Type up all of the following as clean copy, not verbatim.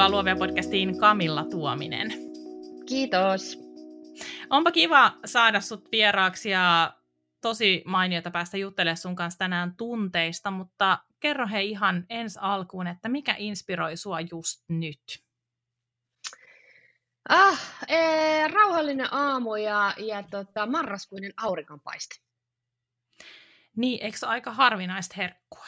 Tervetuloa Luovia-podcastiin Camilla Tuominen. Kiitos. Onpa kiva saada sut vieraaksi ja tosi mainiota päästä juttelemaan sun kanssa tänään tunteista, mutta kerro hei ihan ensi alkuun, että mikä inspiroi sua just nyt? Rauhallinen aamu ja marraskuinen auringonpaiste. Niin, eikö se ole aika harvinaista herkkua?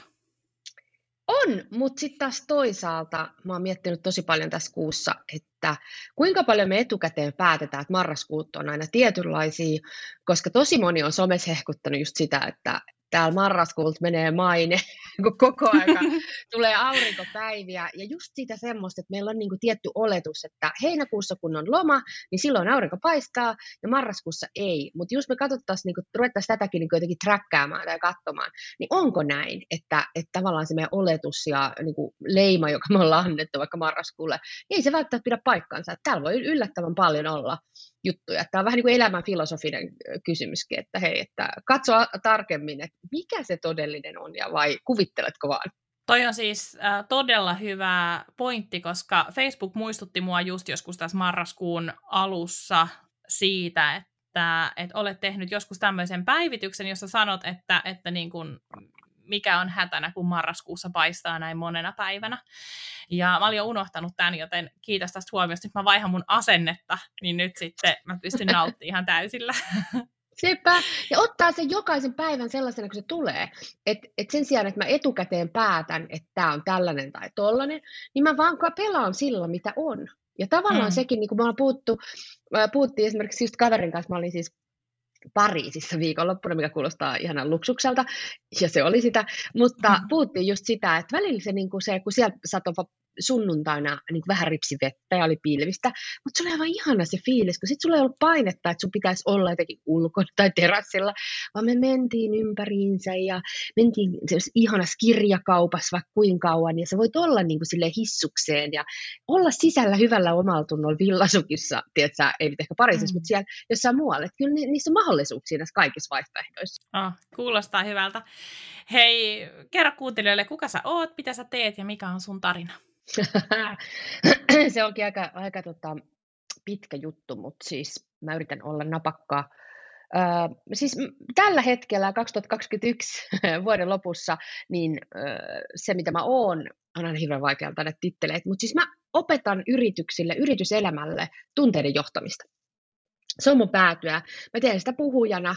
On, mutta sitten taas toisaalta mä oon miettinyt tosi paljon tässä kuussa, että kuinka paljon me etukäteen päätetään, että marraskuut on aina tietynlaisia, koska tosi moni on somessa hehkuttanut just sitä, että täällä marraskuulta menee maine, kun koko aika tulee aurinkopäiviä ja just sitä semmoista, että meillä on niinku tietty oletus, että heinäkuussa kun on loma, niin silloin aurinko paistaa ja marraskuussa ei. Mutta jos me katsottaisiin, niinku, ruvettaisiin tätäkin niinku jotenkin träkkäämään tai katsomaan, niin onko näin, että tavallaan se meidän oletus ja niinku leima, joka me ollaan annettu vaikka marraskuulle, niin ei se välttämättä pidä paikkaansa. Että täällä voi yllättävän paljon olla juttuja. Tämä on vähän niin kuin elämän filosofinen kysymyskin, että hei, että katso tarkemmin, että mikä se todellinen on ja vai kuvitteletko vaan? Toi on siis todella hyvä pointti, koska Facebook muistutti mua just joskus tässä marraskuun alussa siitä, että olet tehnyt joskus tämmöisen päivityksen, jossa sanot, että niin kuin mikä on hätänä, kun marraskuussa paistaa näin monena päivänä. Ja mä olin jo unohtanut tämän, joten kiitos tästä huomiosta. Nyt mä vaihan mun asennetta, niin nyt sitten mä pystyn nauttimaan ihan täysillä. Sepä. Ja ottaa sen jokaisen päivän sellaisena, kun se tulee. Et sen sijaan, että mä etukäteen päätän, että tämä on tällainen tai tollainen, niin mä vaan pelaan sillä, mitä on. Ja tavallaan sekin, niin kuin me ollaan puhuttiin esimerkiksi just kaverin kanssa, mä olin siis Pariisissa viikonloppuna, mikä kuulostaa ihanan luksukselta, ja se oli sitä, mutta puhuttiin just sitä, että välillä se, niin kuin se kun siellä satoi sunnuntaina niin vähän ripsi vettä ja oli pilvistä, mutta se oli aivan ihana se fiilis, kun sitten sulla ei ollut painetta, että sun pitäisi olla jotenkin ulkona tai terassilla, vaan me mentiin ympäriinsä ja mentiin ihanassa kirjakaupassa vaikka kuinka kauan, ja sä voit olla niin kuin silleen hissukseen ja olla sisällä hyvällä omalla tunnolla villasukissa, tiedätkö, ei nyt ehkä Pariisissa, mutta siellä jossain muualla, että kyllä niissä on mahdollisuuksia näissä kaikissa vaihtoehdoissa. Kuulostaa hyvältä. Hei, kerro kuuntelijoille, kuka sä oot, mitä sä teet ja mikä on sun tarina? Se onkin aika pitkä juttu, mutta siis mä yritän olla napakkaa. Siis tällä hetkellä 2021 vuoden lopussa, niin se mitä mä oon, on aina hirveän vaikea näitä titteleitä, mutta siis mä opetan yrityksille, yrityselämälle tunteiden johtamista. Se on mun päätyä. Mä teen sitä puhujana.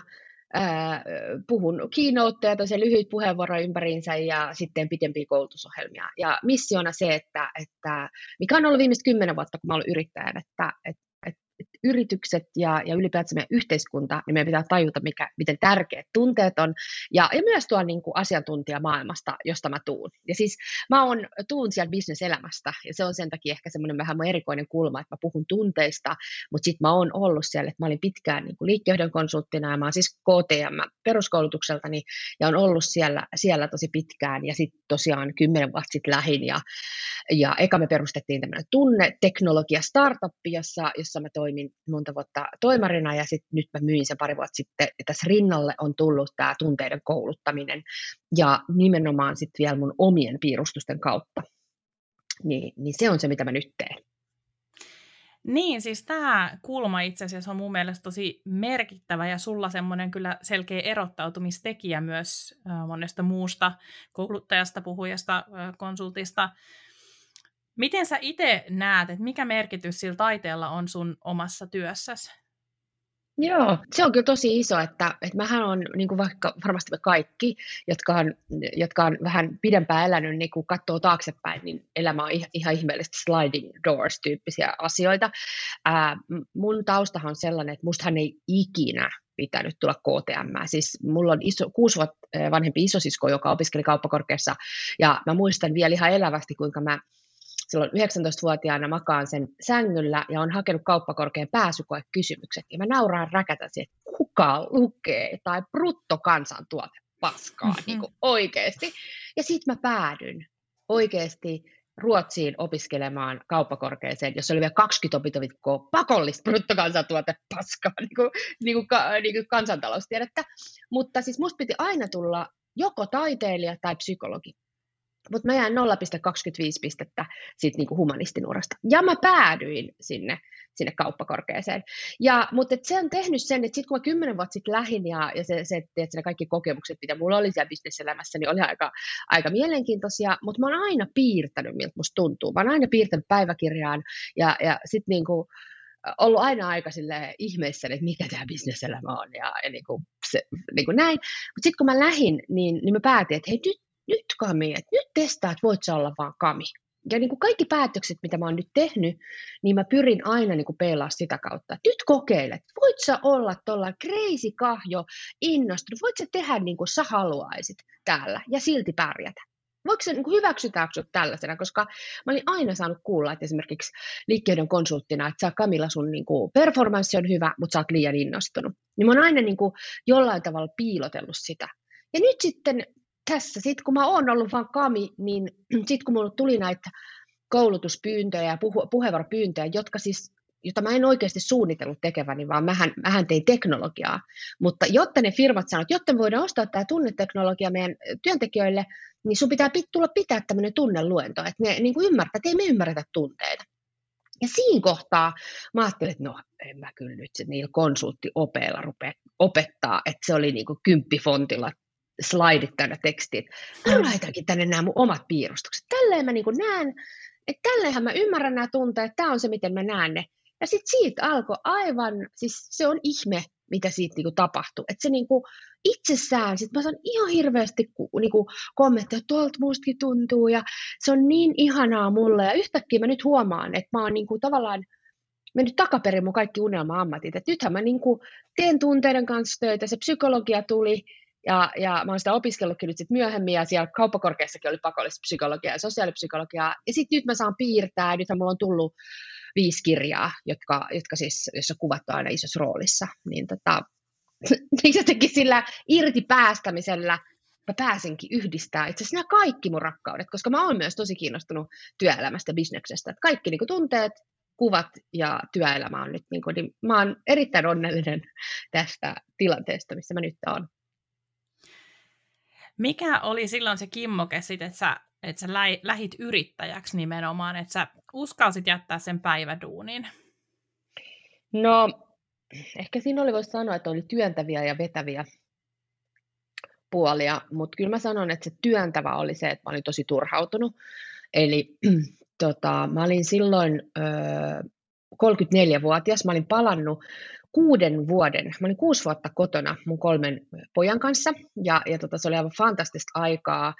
Puhun keynoteja, tosi lyhyitä puheenvuoroja ympäriinsä ja sitten pidempiä koulutusohjelmia. Ja missiona se, että mikä on ollut viimeiset 10 vuotta, kun mä olen yrittäjän, että yritykset ja ylipäätään meidän yhteiskunta, niin meidän pitää tajuta, miten tärkeät tunteet on, ja myös tuo niin kuin asiantuntijamaailmasta, josta mä tuun. Ja siis mä tuun sieltä bisneselämästä, ja se on sen takia ehkä semmoinen vähän mun erikoinen kulma, että mä puhun tunteista, mutta sitten mä oon ollut siellä, että mä olin pitkään niin kuin liikkejohdon konsulttina, ja mä oon siis KTM peruskoulutukseltani, ja on ollut siellä tosi pitkään, ja sitten tosiaan 10 vuotta sitten lähin, ja eka me perustettiin tämmöinen tunneteknologia-startuppi, jossa mä toimin monta vuotta toimarina, ja sitten nyt mä myin sen 2 vuotta sitten, ja tässä rinnalle on tullut tämä tunteiden kouluttaminen, ja nimenomaan sitten vielä mun omien piirustusten kautta. Niin se on se, mitä mä nyt teen. Niin, siis tämä kulma itse asiassa on mun mielestä tosi merkittävä, ja sulla semmoinen kyllä selkeä erottautumistekijä myös monesta muusta kouluttajasta, puhujasta, konsultista. Miten sä itse näet, että mikä merkitys sillä taiteella on sun omassa työssäsi? Joo, se on kyllä tosi iso, että mähän on, niin kuin vaikka varmasti me kaikki, jotka on vähän pidempään elänyt, niin kun katsoo taaksepäin, niin elämä on ihan ihmeellisesti sliding doors-tyyppisiä asioita. Mun taustahan on sellainen, että mustahan ei ikinä pitänyt tulla KTM. Siis mulla on 6 vuotta vanhempi isosisko, joka opiskeli kauppakorkeassa, ja mä muistan vielä ihan elävästi, kuinka mä silloin 19-vuotiaana makaan sen sängyllä ja on hakenut kauppakorkean pääsykoekysymykset. Ja mä nauraan räkätäsi, että kuka lukee tai bruttokansantuote paskaa niin kuin oikeasti. Ja sitten mä päädyin oikeasti Ruotsiin opiskelemaan kauppakorkeeseen, jossa oli vielä 20 opintoviikkoa pakollista bruttokansantuote paskaa, niin kuin kansantaloustiedettä. Mutta siis musta piti aina tulla joko taiteilija tai psykologi. Mutta mä jäin 0,25 pistettä siitä niin kuin humanistinuorasta. Ja mä päädyin sinne kauppakorkeeseen. Mutta se on tehnyt sen, että sitten kun mä 10 vuotta sitten lähdin ja että ne kaikki kokemukset, mitä mulla oli siellä bisneselämässä, niin oli aika mielenkiintoisia. Mutta mä oon aina piirtänyt, miltä musta tuntuu. Mä oon aina piirtänyt päiväkirjaan ja sitten niinku ollut aina aika ihmeessä, että mikä tämä bisneselämä on ja niinku näin. Mutta sitten kun mä lähdin, niin mä päätin, että hei nyt Kami, että nyt testaa, että voit sä olla vaan Kami. Ja niin kuin kaikki päätökset, mitä mä oon nyt tehnyt, niin mä pyrin aina niin kuin peilaa sitä kautta. Nyt kokeile, että voit sä olla tuolla crazy kahjo, innostunut, voit sä tehdä niin kuin sä haluaisit täällä ja silti pärjätä. Voiko se, niin kuin hyväksytäänkö sut tällaisena, koska mä olin aina saanut kuulla, että esimerkiksi liikkeiden konsulttina, että sä Kamilla sun niin kuin performanssi on hyvä, mutta sä oot liian innostunut. Niin mä oon aina niin kuin jollain tavalla piilotellut sitä. Ja nyt sitten tässä, kun mä oon ollut vaan Kami, niin sitten kun mulle tuli näitä koulutuspyyntöjä ja puheenvuoropyyntöjä, jota mä en oikeasti suunnitellut tekeväni, vaan mähän tein teknologiaa. Mutta jotta ne firmat sanovat, että jotta me voidaan ostaa tämä tunneteknologia meidän työntekijöille, niin sun pitää tulla pitää tämmöinen tunneluento, että ne niin kuin ymmärtää, että ei me ymmärretä tunteita. Ja siinä kohtaa mä ajattelin, että no en mä kyllä nyt niillä konsulttiopeilla rupea opettaa, että se oli niin kuin 10-fontilla slaidit täynnä tekstiin. Mä laitankin tänne nämä mun omat piirustukset. Tälleen mä niin kuin näen, että tälleenhän mä ymmärrän nämä tunteet, tämä on se, miten mä näen ne. Ja sitten siitä alkoi aivan, siis se on ihme, mitä siitä niinku tapahtui. Että se niinku itsessään, sitten mä saan ihan hirveästi niinku kommentteja, että tuolta mustakin tuntuu, ja se on niin ihanaa mulle. Ja yhtäkkiä mä nyt huomaan, että mä oon niinku tavallaan mennyt takaperin mun kaikki unelma-ammatit. Että nythän mä niinku teen tunteiden kanssa töitä, se psykologia tuli, ja mä oon sitä opiskellut nyt sit myöhemmin, ja siellä kauppakorkeassakin oli pakollista psykologiaa ja sosiaalipsykologiaa. Ja sitten nyt mä saan piirtää, ja nythän mulla on tullut 5 kirjaa, jotka siis, jossa kuvat on aina isossa roolissa. Niin jotenkin sillä irti päästämisellä mä pääsenkin yhdistää itse asiassa nämä kaikki mun rakkaudet, koska mä oon myös tosi kiinnostunut työelämästä ja bisneksestä. Että kaikki niin kuin tunteet, kuvat ja työelämä on nyt, niin mä oon erittäin onnellinen tästä tilanteesta, missä mä nyt oon. Mikä oli silloin se kimmoke sit, että sä lähit yrittäjäksi nimenomaan, että sä uskalsit jättää sen päiväduunin? No, ehkä siinä voisi sanoa, että oli työntäviä ja vetäviä puolia, mutta kyllä mä sanon, että se työntävä oli se, että mä olin tosi turhautunut. Eli mä olin silloin 34-vuotias, mä olin palannut 6 vuoden, mä olin 6 vuotta kotona mun 3 pojan kanssa, ja se oli aivan fantastista aikaa,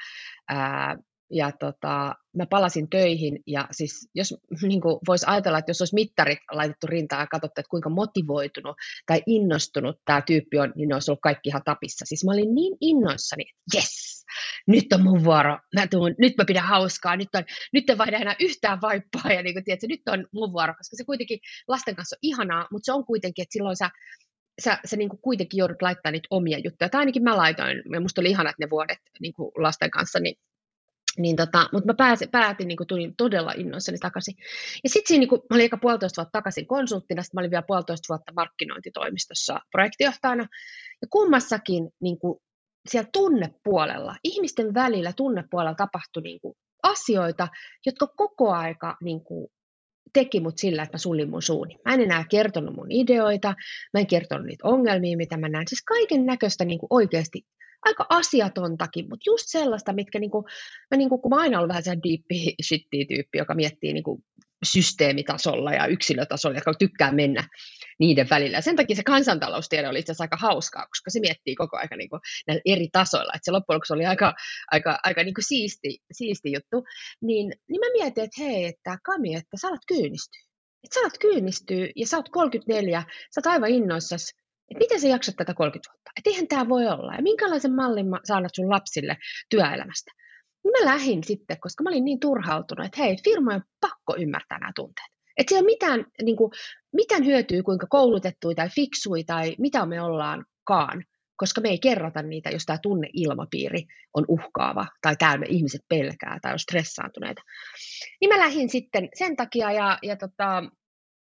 mä palasin töihin, ja siis jos niin voisi ajatella, että jos olisi mittarit laitettu rintaan ja katsottu, että kuinka motivoitunut tai innostunut tämä tyyppi on, niin ne olisi ollut kaikki ihan tapissa. Siis mä olin niin innoissani, että jes, nyt on mun vuoro, nyt mä pidän hauskaa, nyt en vaihda enää yhtään vaippaa, ja niin kuin, tiedätkö, nyt on mun vuoro, koska se kuitenkin lasten kanssa on ihanaa, mutta se on kuitenkin, että silloin sä niin kuin kuitenkin joudut laittamaan niitä omia juttuja, tai ainakin mä laitoin, ja musta oli ihanat ne vuodet niin kuin lasten kanssa, mutta mä päätin, niin kuin tulin todella innoissani takaisin. Ja sitten niin mä olin 1,5 vuotta takaisin konsulttina, sitten mä olin vielä 1,5 vuotta markkinointitoimistossa projektijohtajana. Ja kummassakin niin kuin siellä tunnepuolella, ihmisten välillä tunnepuolella tapahtui niin kuin asioita, jotka koko aika niin kuin teki mut sillä, että mä sullin mun suuni. Mä en enää kertonut mun ideoita, mä en kertonut niitä ongelmia, mitä mä näen. Siis kaiken näköistä niin kuin oikeasti aika asiatontakin, mutta just sellaista, mitkä kun mä aina ollut vähän sellainen deep shitty tyyppi, joka miettii systeemitasolla ja yksilötasolla, joka tykkää mennä niiden välillä. Ja sen takia se kansantaloustiede oli itse asiassa aika hauskaa, koska se miettii koko ajan näillä eri tasoilla. Että se loppujen lopuksi oli aika siisti juttu. Niin mä mietin, että hei, että Kami, että sä alat kyynistyä. Että sä alat kyynistyä ja sä oot 34, sä oot aivan innoissasi. Että miten sä jaksat tätä 30 vuotta? Että eihän tämä voi olla. Ja minkälaisen mallin sä annat sun lapsille työelämästä? Mä lähdin sitten, koska mä olin niin turhautunut, että hei, firmojen on pakko ymmärtää nämä tunteet. Että siellä mitään, mitään hyötyä, kuinka koulutettuja tai fiksuja tai mitä me ollaankaan, koska me ei kerrota niitä, jos tämä tunneilmapiiri on uhkaava tai täynnä ihmiset pelkää tai on stressaantuneita. Niin mä lähdin sitten sen takia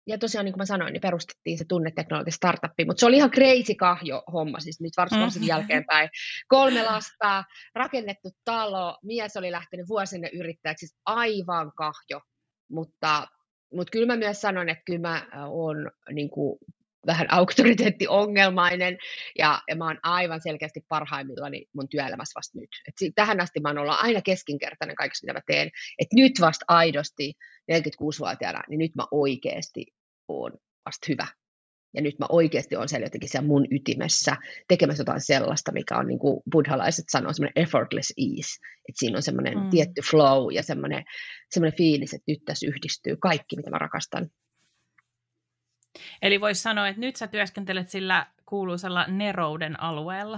Ja tosiaan, niin kuin mä sanoin, niin perustettiin se tunneteknologia-startuppi, mutta se oli ihan crazy kahjo homma, siis nyt varsinkin jälkeenpäin. 3 lasta, rakennettu talo, mies oli lähtenyt vuosien yrittäjäksi, siis aivan kahjo. Mutta kyllä mä myös sanon, että kyllä mä oon niin kuin vähän auktoriteettiongelmainen, ja mä oon aivan selkeästi parhaimmillani mun työelämässä vasta nyt. Tähän asti mä oon ollut aina keskinkertainen kaikessa, mitä mä teen. Että nyt vasta aidosti 46-vuotiaana, niin nyt mä oikeasti oon vasta hyvä. Ja nyt mä oikeasti oon siellä jotenkin siellä mun ytimessä tekemässä jotain sellaista, mikä on niin kuin buddhalaiset sanoo, semmoinen effortless ease. Että siinä on semmoinen tietty flow ja semmoinen fiilis, että nyt tässä yhdistyy kaikki, mitä mä rakastan. Eli voisi sanoa, että nyt sä työskentelet sillä kuuluisella nerouden alueella.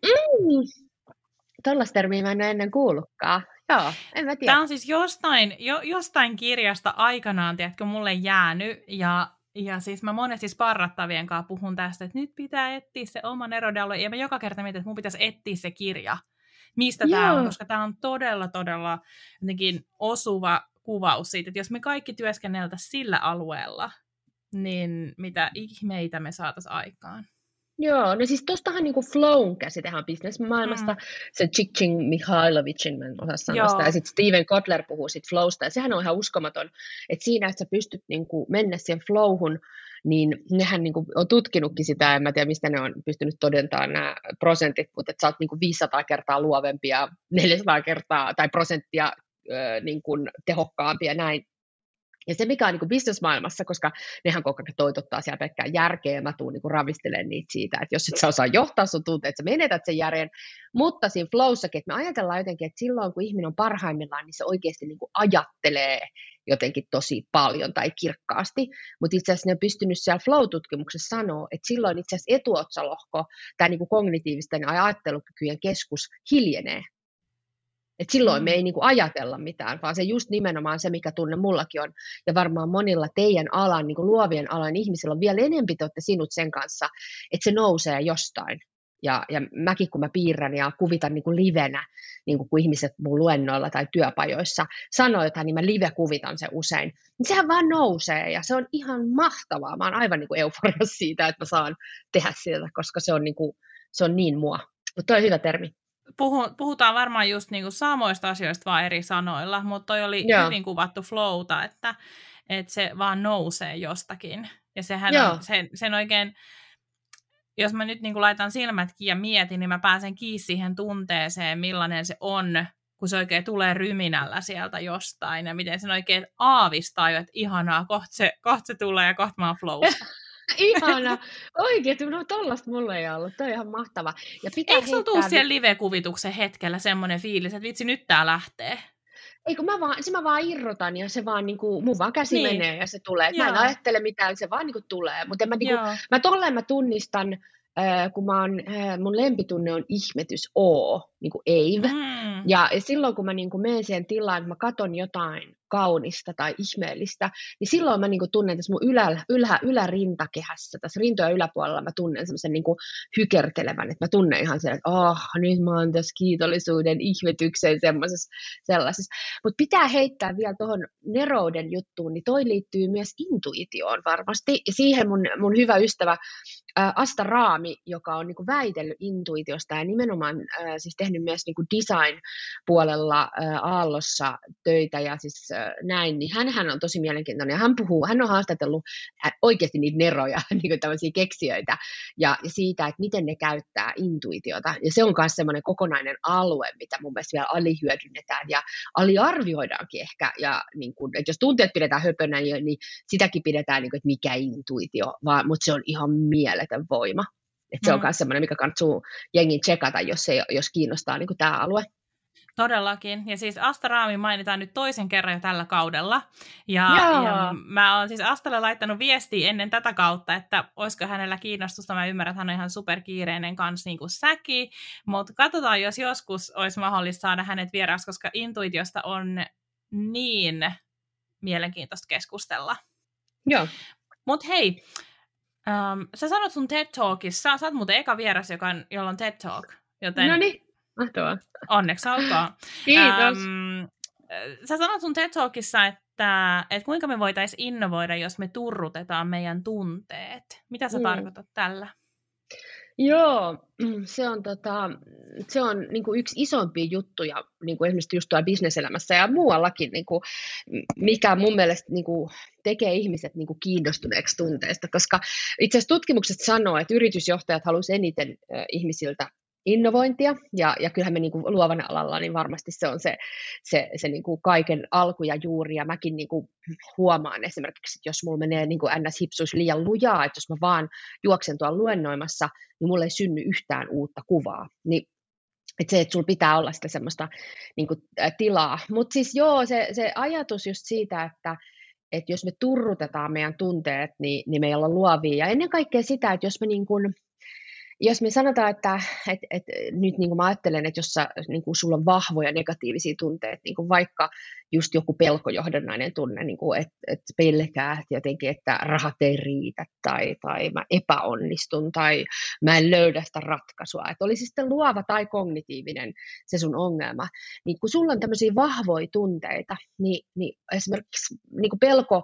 Tuollaista termiä mä en ole ennen kuullutkaan. Joo, en mä tiedä. Tämä on siis jostain kirjasta aikanaan, tiedätkö, mulle jäänyt. Ja siis mä monesti sparrattavien kanssa puhun tästä, että nyt pitää etsiä se oma nerouden alue. Ja mä joka kerta mietin, että mun pitäisi etsiä se kirja. Mistä tämä on, koska tämä on todella jotenkin osuva kuvaus siitä, että jos me kaikki työskenneltäisiin sillä alueella, niin mitä ihmeitä me saataisiin aikaan. Joo, no siis tostahan niinku flown käsitehän business-maailmasta, se Csikszentmihalyiin, mä en osaa sanoa sitä, ja sitten Steven Kotler puhuu siitä flowsta, ja sehän on ihan uskomaton, että siinä, että sä pystyt niinku mennä siihen flowhun, niin nehän niinku on tutkinutkin sitä, en mä tiedä, mistä ne on pystynyt todentamaan nämä prosentit, mutta että sä oot niinku 500 kertaa luovempi ja 400 kertaa, tai prosenttia niinku tehokkaampi ja näin. Ja se, mikä on niin business-maailmassa, koska nehän koko ajan toitottaa siellä pelkkää järkeä, ja mä tuun niin ravistelemaan niitä siitä, että jos et sä osaa johtaa sun tunteet, että sä menetät sen järjen, mutta siinä flowssakin, että me ajatellaan jotenkin, että silloin kun ihminen on parhaimmillaan, niin se oikeasti niin ajattelee jotenkin tosi paljon tai kirkkaasti, mutta itse asiassa ne on pystynyt siellä flow-tutkimuksessa sanoa, että silloin itse asiassa etuotsalohko, tämä niin kognitiivisten ajattelukykyjen keskus hiljenee. Et silloin me ei niinku ajatella mitään, vaan se just nimenomaan se, mikä tunne mullakin on. Ja varmaan monilla teidän alan, niinku luovien alan ihmisillä on vielä enemmän te olette sinut sen kanssa, että se nousee jostain. Ja mäkin, kun mä piirrän ja kuvitan niinku livenä, niinku kun ihmiset mun luennoilla tai työpajoissa sanoo jotain, niin mä live-kuvitan se usein. Niin sehän vaan nousee ja se on ihan mahtavaa. Mä oon aivan niinku euforiassa siitä, että mä saan tehdä sitä, koska se on niin mua. Mutta toi on hyvä termi. Puhutaan varmaan just niinku samoista asioista vaan eri sanoilla, mutta toi oli hyvin kuvattu flowta, että se vaan nousee jostakin. Ja sehän on sen oikein, jos mä nyt niinku laitan silmätkin ja mietin, niin mä pääsen kiinni siihen tunteeseen, millainen se on, kun se oikein tulee ryminällä sieltä jostain, ja miten sen oikein aavistaa jo, että ihanaa, kohta se tulee ja kohta mä oon flowssa. Ihana. Oikein, no tollaista mulla ei ollut. Toi on ihan mahtava. Ja eikö sulla tuu siellä live-kuvituksen hetkellä semmoinen fiilis, että vitsi, nyt tää lähtee? Eikö mä vaan irrotan ja se vaan niinku, mun vaan käsi menee ja se tulee. Mä en ajattele mitään, se vaan niinku tulee. Mutta mä tunnistan, kun mun lempitunne on ihmetys niinku Eve. Ja silloin kun mä niinku menen siihen tilaan, että mä katon jotain kaunista tai ihmeellistä, niin silloin mä niinku tunnen tässä mun ylärintakehässä, tässä rintojen yläpuolella mä tunnen semmoisen niinku hykertelevän, että mä tunnen ihan sen, että nyt mä oon tässä kiitollisuuden ihmetyksen sellaisessa. Mutta pitää heittää vielä tuohon nerouden juttuun, niin toi liittyy myös intuitioon varmasti, ja siihen mun hyvä ystävä Asta Raami, joka on niinku väitellyt intuitiosta ja nimenomaan siis tehnyt myös niinku design-puolella Aallossa töitä ja siis näin, niin hänhän on tosi mielenkiintoinen ja hän on haastatellut oikeasti niitä neroja, niinku tämmöisiä keksijöitä ja siitä, että miten ne käyttää intuitiota. Ja se on myös semmoinen kokonainen alue, mitä mun mielestä vielä alihyödynnetään ja aliarvioidaankin ehkä. Ja niinku, että jos tunteet pidetään höpönä, niin sitäkin pidetään, niinku, että mikä intuitio, mutta se on ihan mieletön voima. Että se on myös semmoinen, mikä kannattaa jengin tsekata, jos kiinnostaa niinku tämä alue. Todellakin. Ja siis Asta Raami mainitaan nyt toisen kerran jo tällä kaudella. Ja mä oon siis Astalle laittanut viestiä ennen tätä kautta, että olisiko hänellä kiinnostusta. Mä ymmärrän, että hän on ihan superkiireinen kanssa niin kuin säkin. Mutta katsotaan, jos joskus olisi mahdollista saada hänet vieraaksi, koska intuitiosta on niin mielenkiintoista keskustella. Joo. Mutta hei, sä sanot sun TED-talkissa, sä oot muuten eka vieras, jolla on TED-talk. Joten... Noniin. Mahtavaa. Onneksi olkoon. Kiitos. Sä sanot sun TED-talkissa, että kuinka me voitaisiin innovoida, jos me turrutetaan meidän tunteet. Mitä sä tarkoitat tällä? Joo, se on niin kuin yksi isompia juttuja niin kuin esimerkiksi just tuolla bisneselämässä ja muuallakin, niin kuin, mikä mun mielestä niin kuin, tekee ihmiset niin kuin kiinnostuneeksi tunteesta, koska itse asiassa tutkimukset sanoo, että yritysjohtajat haluaisivat eniten ihmisiltä innovointia, ja kyllähän me niin kuin luovan alalla, niin varmasti se on se niin kuin kaiken alku ja juuri, ja mäkin niin kuin huomaan esimerkiksi, että jos mulla menee niin kuin NS-hipsuus liian lujaa, että jos mä vaan juoksen tuolla luennoimassa, niin mulla ei synny yhtään uutta kuvaa, niin että sulla pitää olla sitä semmoista niin kuin, tilaa, mutta siis joo, se ajatus just siitä, että jos me turrutetaan meidän tunteet, niin me ei olla luovia, ja ennen kaikkea sitä, että jos me sanotaan, että nyt niin kuin mä ajattelen, että jos niin kuin sulla on vahvoja negatiivisia tunteita, niin kuin vaikka just joku pelkojohdannainen tunne, niin kuin että pelkää jotenkin, että rahat ei riitä tai mä epäonnistun tai mä en löydä sitä ratkaisua, että olisi sitten luova tai kognitiivinen se sun ongelma, niin kun sulla on tämmöisiä vahvoja tunteita, niin esimerkiksi niin kuin pelko,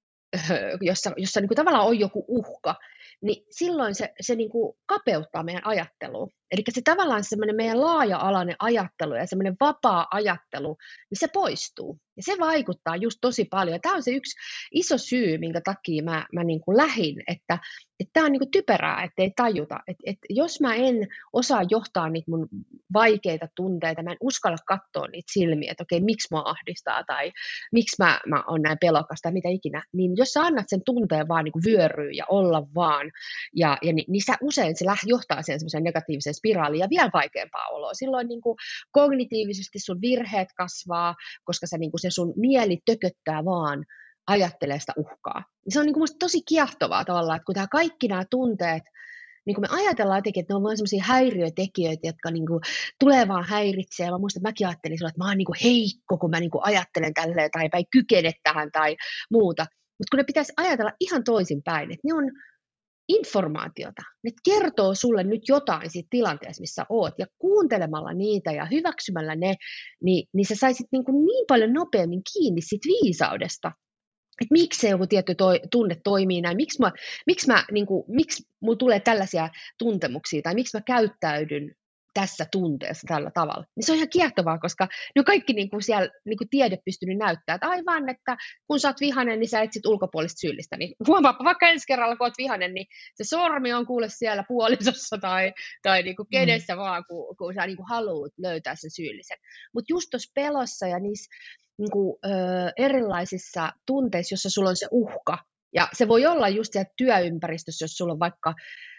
jossa niin kuin tavallaan on joku uhka, niin silloin se niin kuin kapeuttaa meidän ajattelua. Eli se tavallaan semmoinen meidän laaja-alainen ajattelu ja semmoinen vapaa ajattelu, niin se poistuu. Ja se vaikuttaa just tosi paljon. Tämä on se yksi iso syy, minkä takia mä niin kuin lähdin, että tämä on niin kuin typerää, että ei tajuta. Että jos mä en osaa johtaa niitä mun vaikeita tunteita, mä en uskalla katsoa niitä silmiä, että okei, miksi mua ahdistaa tai miksi mä oon näin pelokas tai mitä ikinä, niin jos sä annat sen tunteen vaan niin kuin vyöryä ja olla vaan, niin usein se johtaa sen semmoiseen negatiiviseen spiraaliin ja vielä vaikeampaa oloa. Silloin niin kuin kognitiivisesti sun virheet kasvaa, koska niin kuin se sun mieli tököttää vaan ajattelee sitä uhkaa. Se on niin kuin musta tosi kiehtovaa tavallaan, että kun kaikki nämä tunteet, niin kun me ajatellaan jotenkin, että ne on vain sellaisia häiriötekijöitä, jotka niin kuin tulee vaan häiritsee. Mä muistan, että mäkin ajattelin silloin, että mä oon niin kuin heikko, kun mä niin kuin ajattelen tälleen, tai mä en kykene tähän tai muuta. Mutta kun ne pitäisi ajatella ihan toisinpäin, että ne on informaatiota. Ne kertoo sulle nyt jotain siitä tilanteessa, missä oot, ja kuuntelemalla niitä ja hyväksymällä ne, niin sä saisit niin paljon nopeammin kiinni siitä viisaudesta, että miksi se joku tietty tunne toimii näin, miksi mulla tulee tällaisia tuntemuksia, tai miksi mä käyttäydyn tässä tunteessa tällä tavalla. Niin se on ihan kiehtovaa, koska ne on kaikki niin kuin siellä niin kuin tiede pystynyt näyttämään, että aivan, että kun sä oot vihainen, niin sä etsit ulkopuolista syyllistä. Niin huomaappa, vaikka ensi kerralla, kun oot vihainen, niin se sormi on kuule siellä puolisossa tai niin kuin kenessä vaan, kun sä niin kuin haluat löytää sen syyllisen. Mutta just tuossa pelossa ja niissä niin kuin, erilaisissa tunteissa, jossa sulla on se uhka, ja se voi olla just siellä työympäristössä, jos sulla on vaikka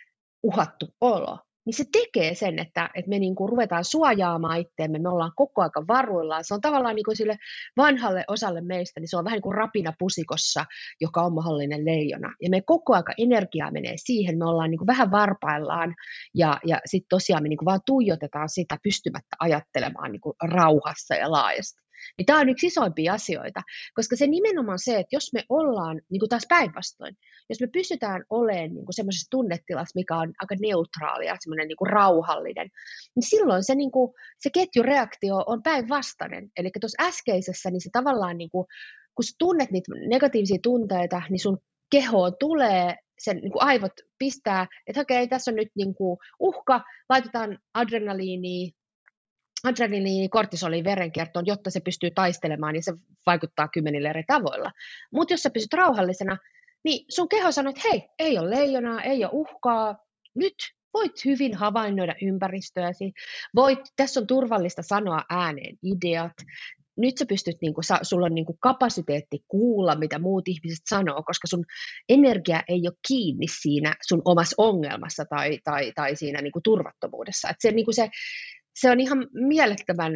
uhattu olo, niin se tekee sen, että me niin kuin ruvetaan suojaamaan itseämme, me ollaan koko ajan varuillaan. Se on tavallaan niin kuin sille vanhalle osalle meistä, niin se on vähän niin kuin rapina pusikossa, joka on mahdollinen leijona. Ja me koko ajan energiaa menee siihen, me ollaan niin kuin vähän varpaillaan, ja sitten tosiaan me niin kuin vaan tuijotetaan sitä pystymättä ajattelemaan niin kuin rauhassa ja laajasti. Niin tämä on yksi isoimpia asioita, koska se nimenomaan se, että jos me ollaan niin kuin taas päinvastoin, jos me pystytään olemaan niin kuin semmoisessa tunnetilassa, mikä on aika neutraali ja semmoinen niin kuin rauhallinen, niin silloin se, niin kuin, se ketjureaktio on päinvastainen. Eli tuossa äskeisessä, niin se tavallaan, niin kuin, kun sä tunnet niitä negatiivisia tunteita, niin sun kehoon tulee, sen niin kuin aivot pistää, että okei, tässä on nyt niin kuin uhka, laitetaan adrenaliinia, kortisoli verenkiertoon, jotta se pystyy taistelemaan, niin se vaikuttaa 10 eri tavoilla. Mutta jos sä pysyt rauhallisena, niin sun keho sanoo, että hei, ei ole leijonaa, ei ole uhkaa, nyt voit hyvin havainnoida ympäristöäsi, tässä on turvallista sanoa ääneen ideat, nyt sä pystyt, sulla on kapasiteetti kuulla, mitä muut ihmiset sanoo, koska sun energia ei ole kiinni siinä sun omassa ongelmassa tai siinä turvattomuudessa. Et se on ihan mielettömän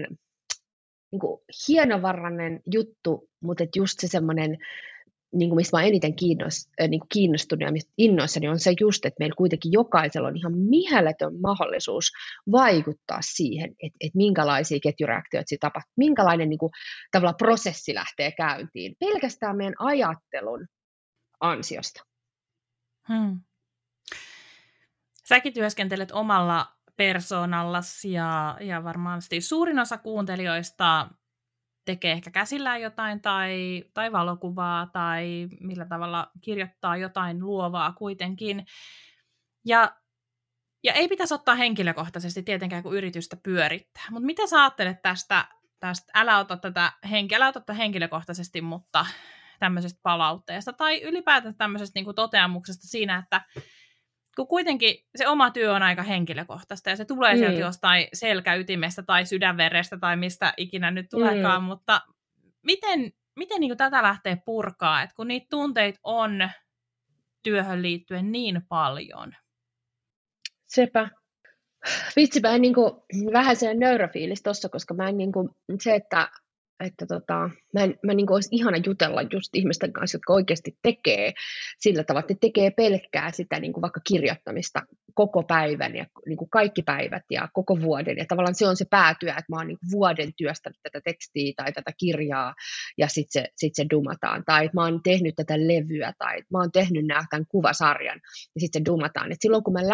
hienovarainen juttu, mutta just se semmoinen, mistä mä eniten kiinnostunut ja mistä innoissani on se just, että meillä kuitenkin jokaisella on ihan mieletön mahdollisuus vaikuttaa siihen, että minkälaisia ketjureaktioita siinä tapahtuu, minkälainen tavallaan prosessi lähtee käyntiin, pelkästään meidän ajattelun ansiosta. Säkin työskentelet omalla persoonallasi ja varmasti suurin osa kuuntelijoista tekee ehkä käsillään jotain tai valokuvaa tai millä tavalla kirjoittaa jotain luovaa kuitenkin. Ja ei pitäisi ottaa henkilökohtaisesti tietenkään, kun yritystä pyörittää. Mutta mitä sä ajattelet tästä älä ota henkilökohtaisesti, mutta tämmöisestä palautteesta tai ylipäätään tämmöisestä niin kuin toteamuksesta siinä, että kun kuitenkin se oma työ on aika henkilökohtaista ja se tulee sieltä jostain selkäytimestä tai sydänverestä tai mistä ikinä nyt tuleekaan, mutta miten niin kuin tätä lähtee purkaa, että kun niitä tunteita on työhön liittyen niin paljon? Sepä. Vitsi, mä en niinku, vähän sen nöyräfiilis tossa, koska mä en niinku, se, että mä niinku olisi ihana jutella just ihmisten kanssa, jotka oikeasti tekee sillä tavalla, että ne tekee pelkkää sitä niinku vaikka kirjoittamista koko päivän ja niinku kaikki päivät ja koko vuoden. Ja tavallaan se on se päätyö, että mä oon niinku vuoden työstänyt tätä tekstiä tai tätä kirjaa ja sit se dumataan. Tai mä oon tehnyt tätä levyä tai mä oon tehnyt tämän kuvasarjan ja sitten se dumataan. Et silloin kun mä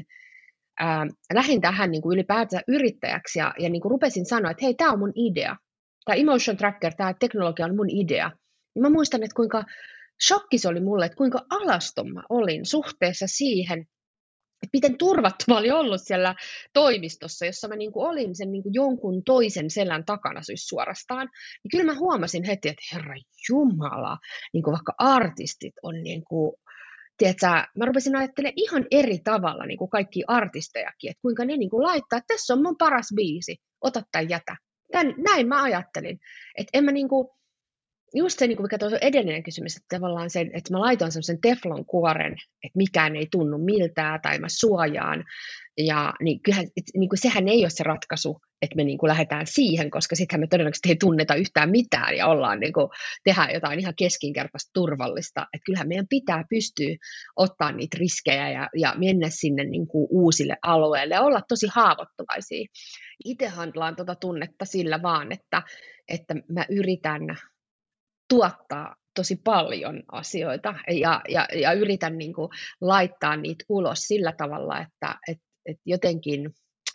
lähdin tähän niin kuin ylipäätään yrittäjäksi ja niin kuin rupesin sanoa, että hei, tämä on mun idea. Tämä Emotion Tracker, tämä teknologia on mun idea. Ja mä muistan, että kuinka shokki se oli mulle, että kuinka alaston mä olin suhteessa siihen, että miten turvattoma oli ollut siellä toimistossa, jossa mä niin kuin olin sen niin kuin jonkun toisen selän takana siis suorastaan. Niin kyllä mä huomasin heti, että herra jumala, niin kuin vaikka artistit on niin kuin, tiedätkö, mä rupesin ajattelemaan ihan eri tavalla niin kuin kaikki artistejakin, että kuinka ne niin kuin laittaa, että tässä on mun paras biisi, ota tai jätä. Näin mä ajattelin. Että en mä niin kuin, just se, niin kuin mikä tuossa on edellinen kysymys, että tavallaan sen, että mä laitoin semmoisen teflon kuoren, että mikään ei tunnu miltään tai mä suojaan. Ja niin kyllähän, niin kuin sehän ei ole se ratkaisu, että me niin kuin lähdetään siihen, koska sittenhän me todennäköisesti ei tunneta yhtään mitään ja ollaan niin kuin, tehdään jotain ihan keskinkertaista turvallista. Että kyllähän meidän pitää pystyä ottaa niitä riskejä ja mennä sinne niin kuin uusille alueille ja olla tosi haavoittuvaisia. Itse handlaan tuota tunnetta sillä vaan, että mä yritän tuottaa tosi paljon asioita ja yritän niin kuin laittaa niitä ulos sillä tavalla, että jotenkin,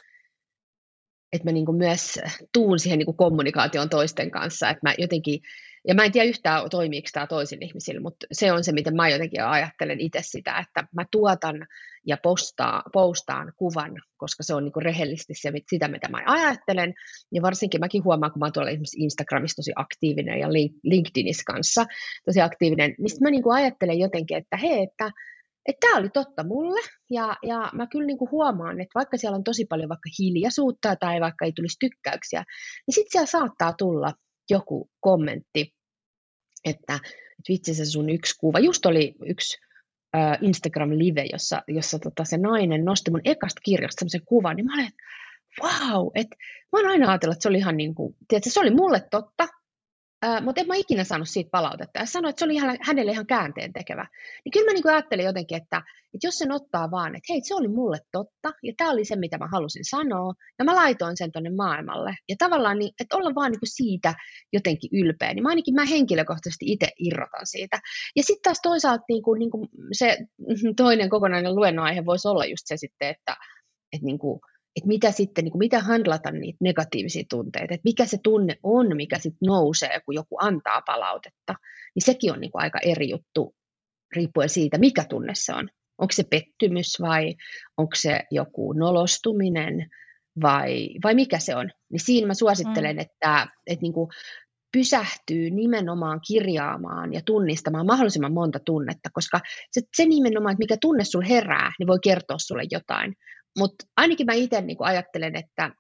että mä niin kuin myös tuun siihen niin kuin kommunikaation toisten kanssa, että mä jotenkin, ja mä en tiedä yhtään toimiiko tämä toisille ihmisille, mutta se on se, miten mä jotenkin ajattelen itse sitä, että mä tuotan ja postaan kuvan, koska se on niin kuin rehellisesti sitä, mitä mä ajattelen, ja varsinkin mäkin huomaan, kun mä oon tuolla esimerkiksi Instagramissa tosi aktiivinen ja LinkedInissä kanssa tosi aktiivinen, niin sitten mä niin kuin ajattelen jotenkin, että hei, että tämä oli totta mulle, ja mä kyllä niinku huomaan, että vaikka siellä on tosi paljon vaikka hiljaisuutta tai vaikka ei tulisi tykkäyksiä, niin sitten siellä saattaa tulla joku kommentti, että vitsi se sun yksi kuva. Just oli yksi Instagram-live, jossa se nainen nosti mun ekasta kirjasta sellaisen kuvan, niin mä olin, että vau, että mä oon aina ajatellut, että se oli ihan niin kuin, tiedätkö, se oli mulle totta, mutta en mä ikinä saanut siitä palautetta. Ja sanoin, että se oli hänelle ihan käänteen tekevä. Niin kyllä mä niin kuin ajattelin jotenkin, että jos sen ottaa vaan, että hei, se oli mulle totta, ja tämä oli se, mitä mä halusin sanoa, ja mä laitoin sen tonne maailmalle. Ja tavallaan, niin, että olla vaan niin kuin siitä jotenkin ylpeä, niin mä henkilökohtaisesti itse irrotan siitä. Ja sitten taas toisaalta niin kuin se toinen kokonainen luennonaihe voisi olla just se sitten, että niin kuin, että mitä sitten, niin kuin, mitä handlata niitä negatiivisia tunteita, että mikä se tunne on, mikä sitten nousee, kun joku antaa palautetta, niin sekin on niin kuin aika eri juttu, riippuen siitä, mikä tunne se on. Onko se pettymys vai onko se joku nolostuminen vai mikä se on. Niin siinä mä suosittelen, että niin kuin pysähtyy nimenomaan kirjaamaan ja tunnistamaan mahdollisimman monta tunnetta, koska se nimenomaan, että mikä tunne sulle herää, niin voi kertoa sulle jotain. Mutta ainakin mä itse niin ajattelen, että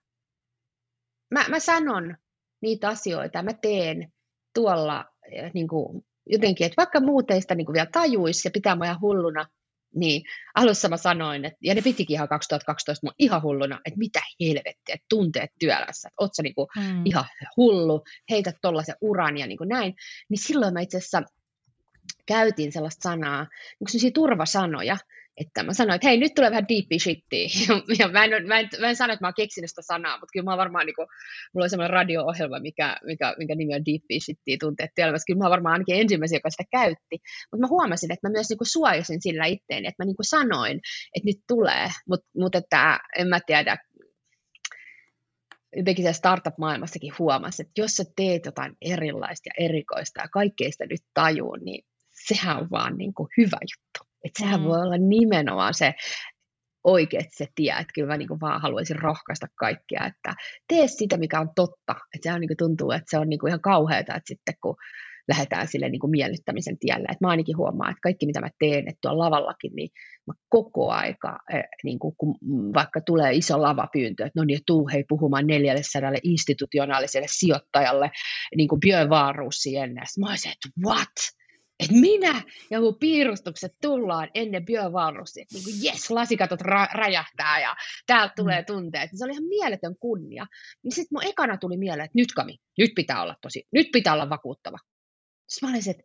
mä sanon niitä asioita ja mä teen tuolla niin kuin jotenkin, että vaikka muut ei sitä niin kuin vielä tajuisi ja pitää mua ihan hulluna, niin alussa mä sanoin, että, ja ne pitikin ihan 2012 mua ihan hulluna, että mitä helvettiä, että tunteet työlässä, että oot sä niin kuin ihan hullu, heität tollaisen uran ja niin kuin näin, niin silloin mä itse asiassa käytin sellaista sanaa, niin sellaisia turvasanoja, että mä sanoin, että hei, nyt tulee vähän deepy shittiä. Ja mä en sano, että mä oon keksinyt sitä sanaa, mutta kyllä mä oon varmaan, niin kuin, mulla on semmoinen radio-ohjelma, mikä nimi on deepy shittiä tunteet työelämässä. Kyllä mä oon varmaan ainakin ensimmäisiä, joka sitä käytti. Mutta mä huomasin, että mä myös niin kuin suojasin sillä itteeni, että mä niin kuin sanoin, että nyt tulee. Mutta että en mä tiedä, jotenkin siellä startup-maailmassakin huomasi, että jos sä teet jotain erilaista ja erikoista ja kaikkea sitä nyt tajuu, niin sehän on vaan niin kuin hyvä juttu. Että sehän voi olla nimenomaan se oikeasti se tie, että kyllä mä niin kuin vaan haluaisin rohkaista kaikkia, että tee sitä, mikä on totta. Että sehän niin kuin tuntuu, että se on niin kuin ihan kauheata, että sitten kun lähdetään sille niin kuin miellyttämisen tielle. Että mä ainakin huomaan, että kaikki mitä mä teen, että tuolla lavallakin, niin mä koko aika, niin kuin, kun vaikka tulee iso lavapyyntö, että no niin, tuu hei puhumaan 400 institutionaaliselle sijoittajalle, niin kuin Björn Wahlroos ennen. Mä olisin, että what? Että minä ja mun piirustukset tullaan ennen Björn Wahlroosia, että niin kuin jes, lasikatot räjähtää ja täältä tulee tunteet. Se oli ihan mieletön kunnia. Niin sitten mun ekana tuli mieleen, että nyt Kami, nyt pitää olla vakuuttava. Sitten mä olisin, että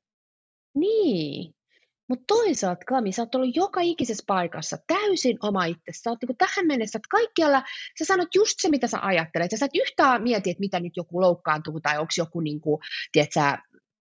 niin, mutta toisaalta Kami, sä oot ollut joka ikisessä paikassa täysin oma itse. Sä oot niin tähän mennessä, että kaikkialla sä sanot just se, mitä sä ajattelet. Ja sä et yhtään mieti, että mitä nyt joku loukkaantuu tai onko joku, niin kuin, tiedät sä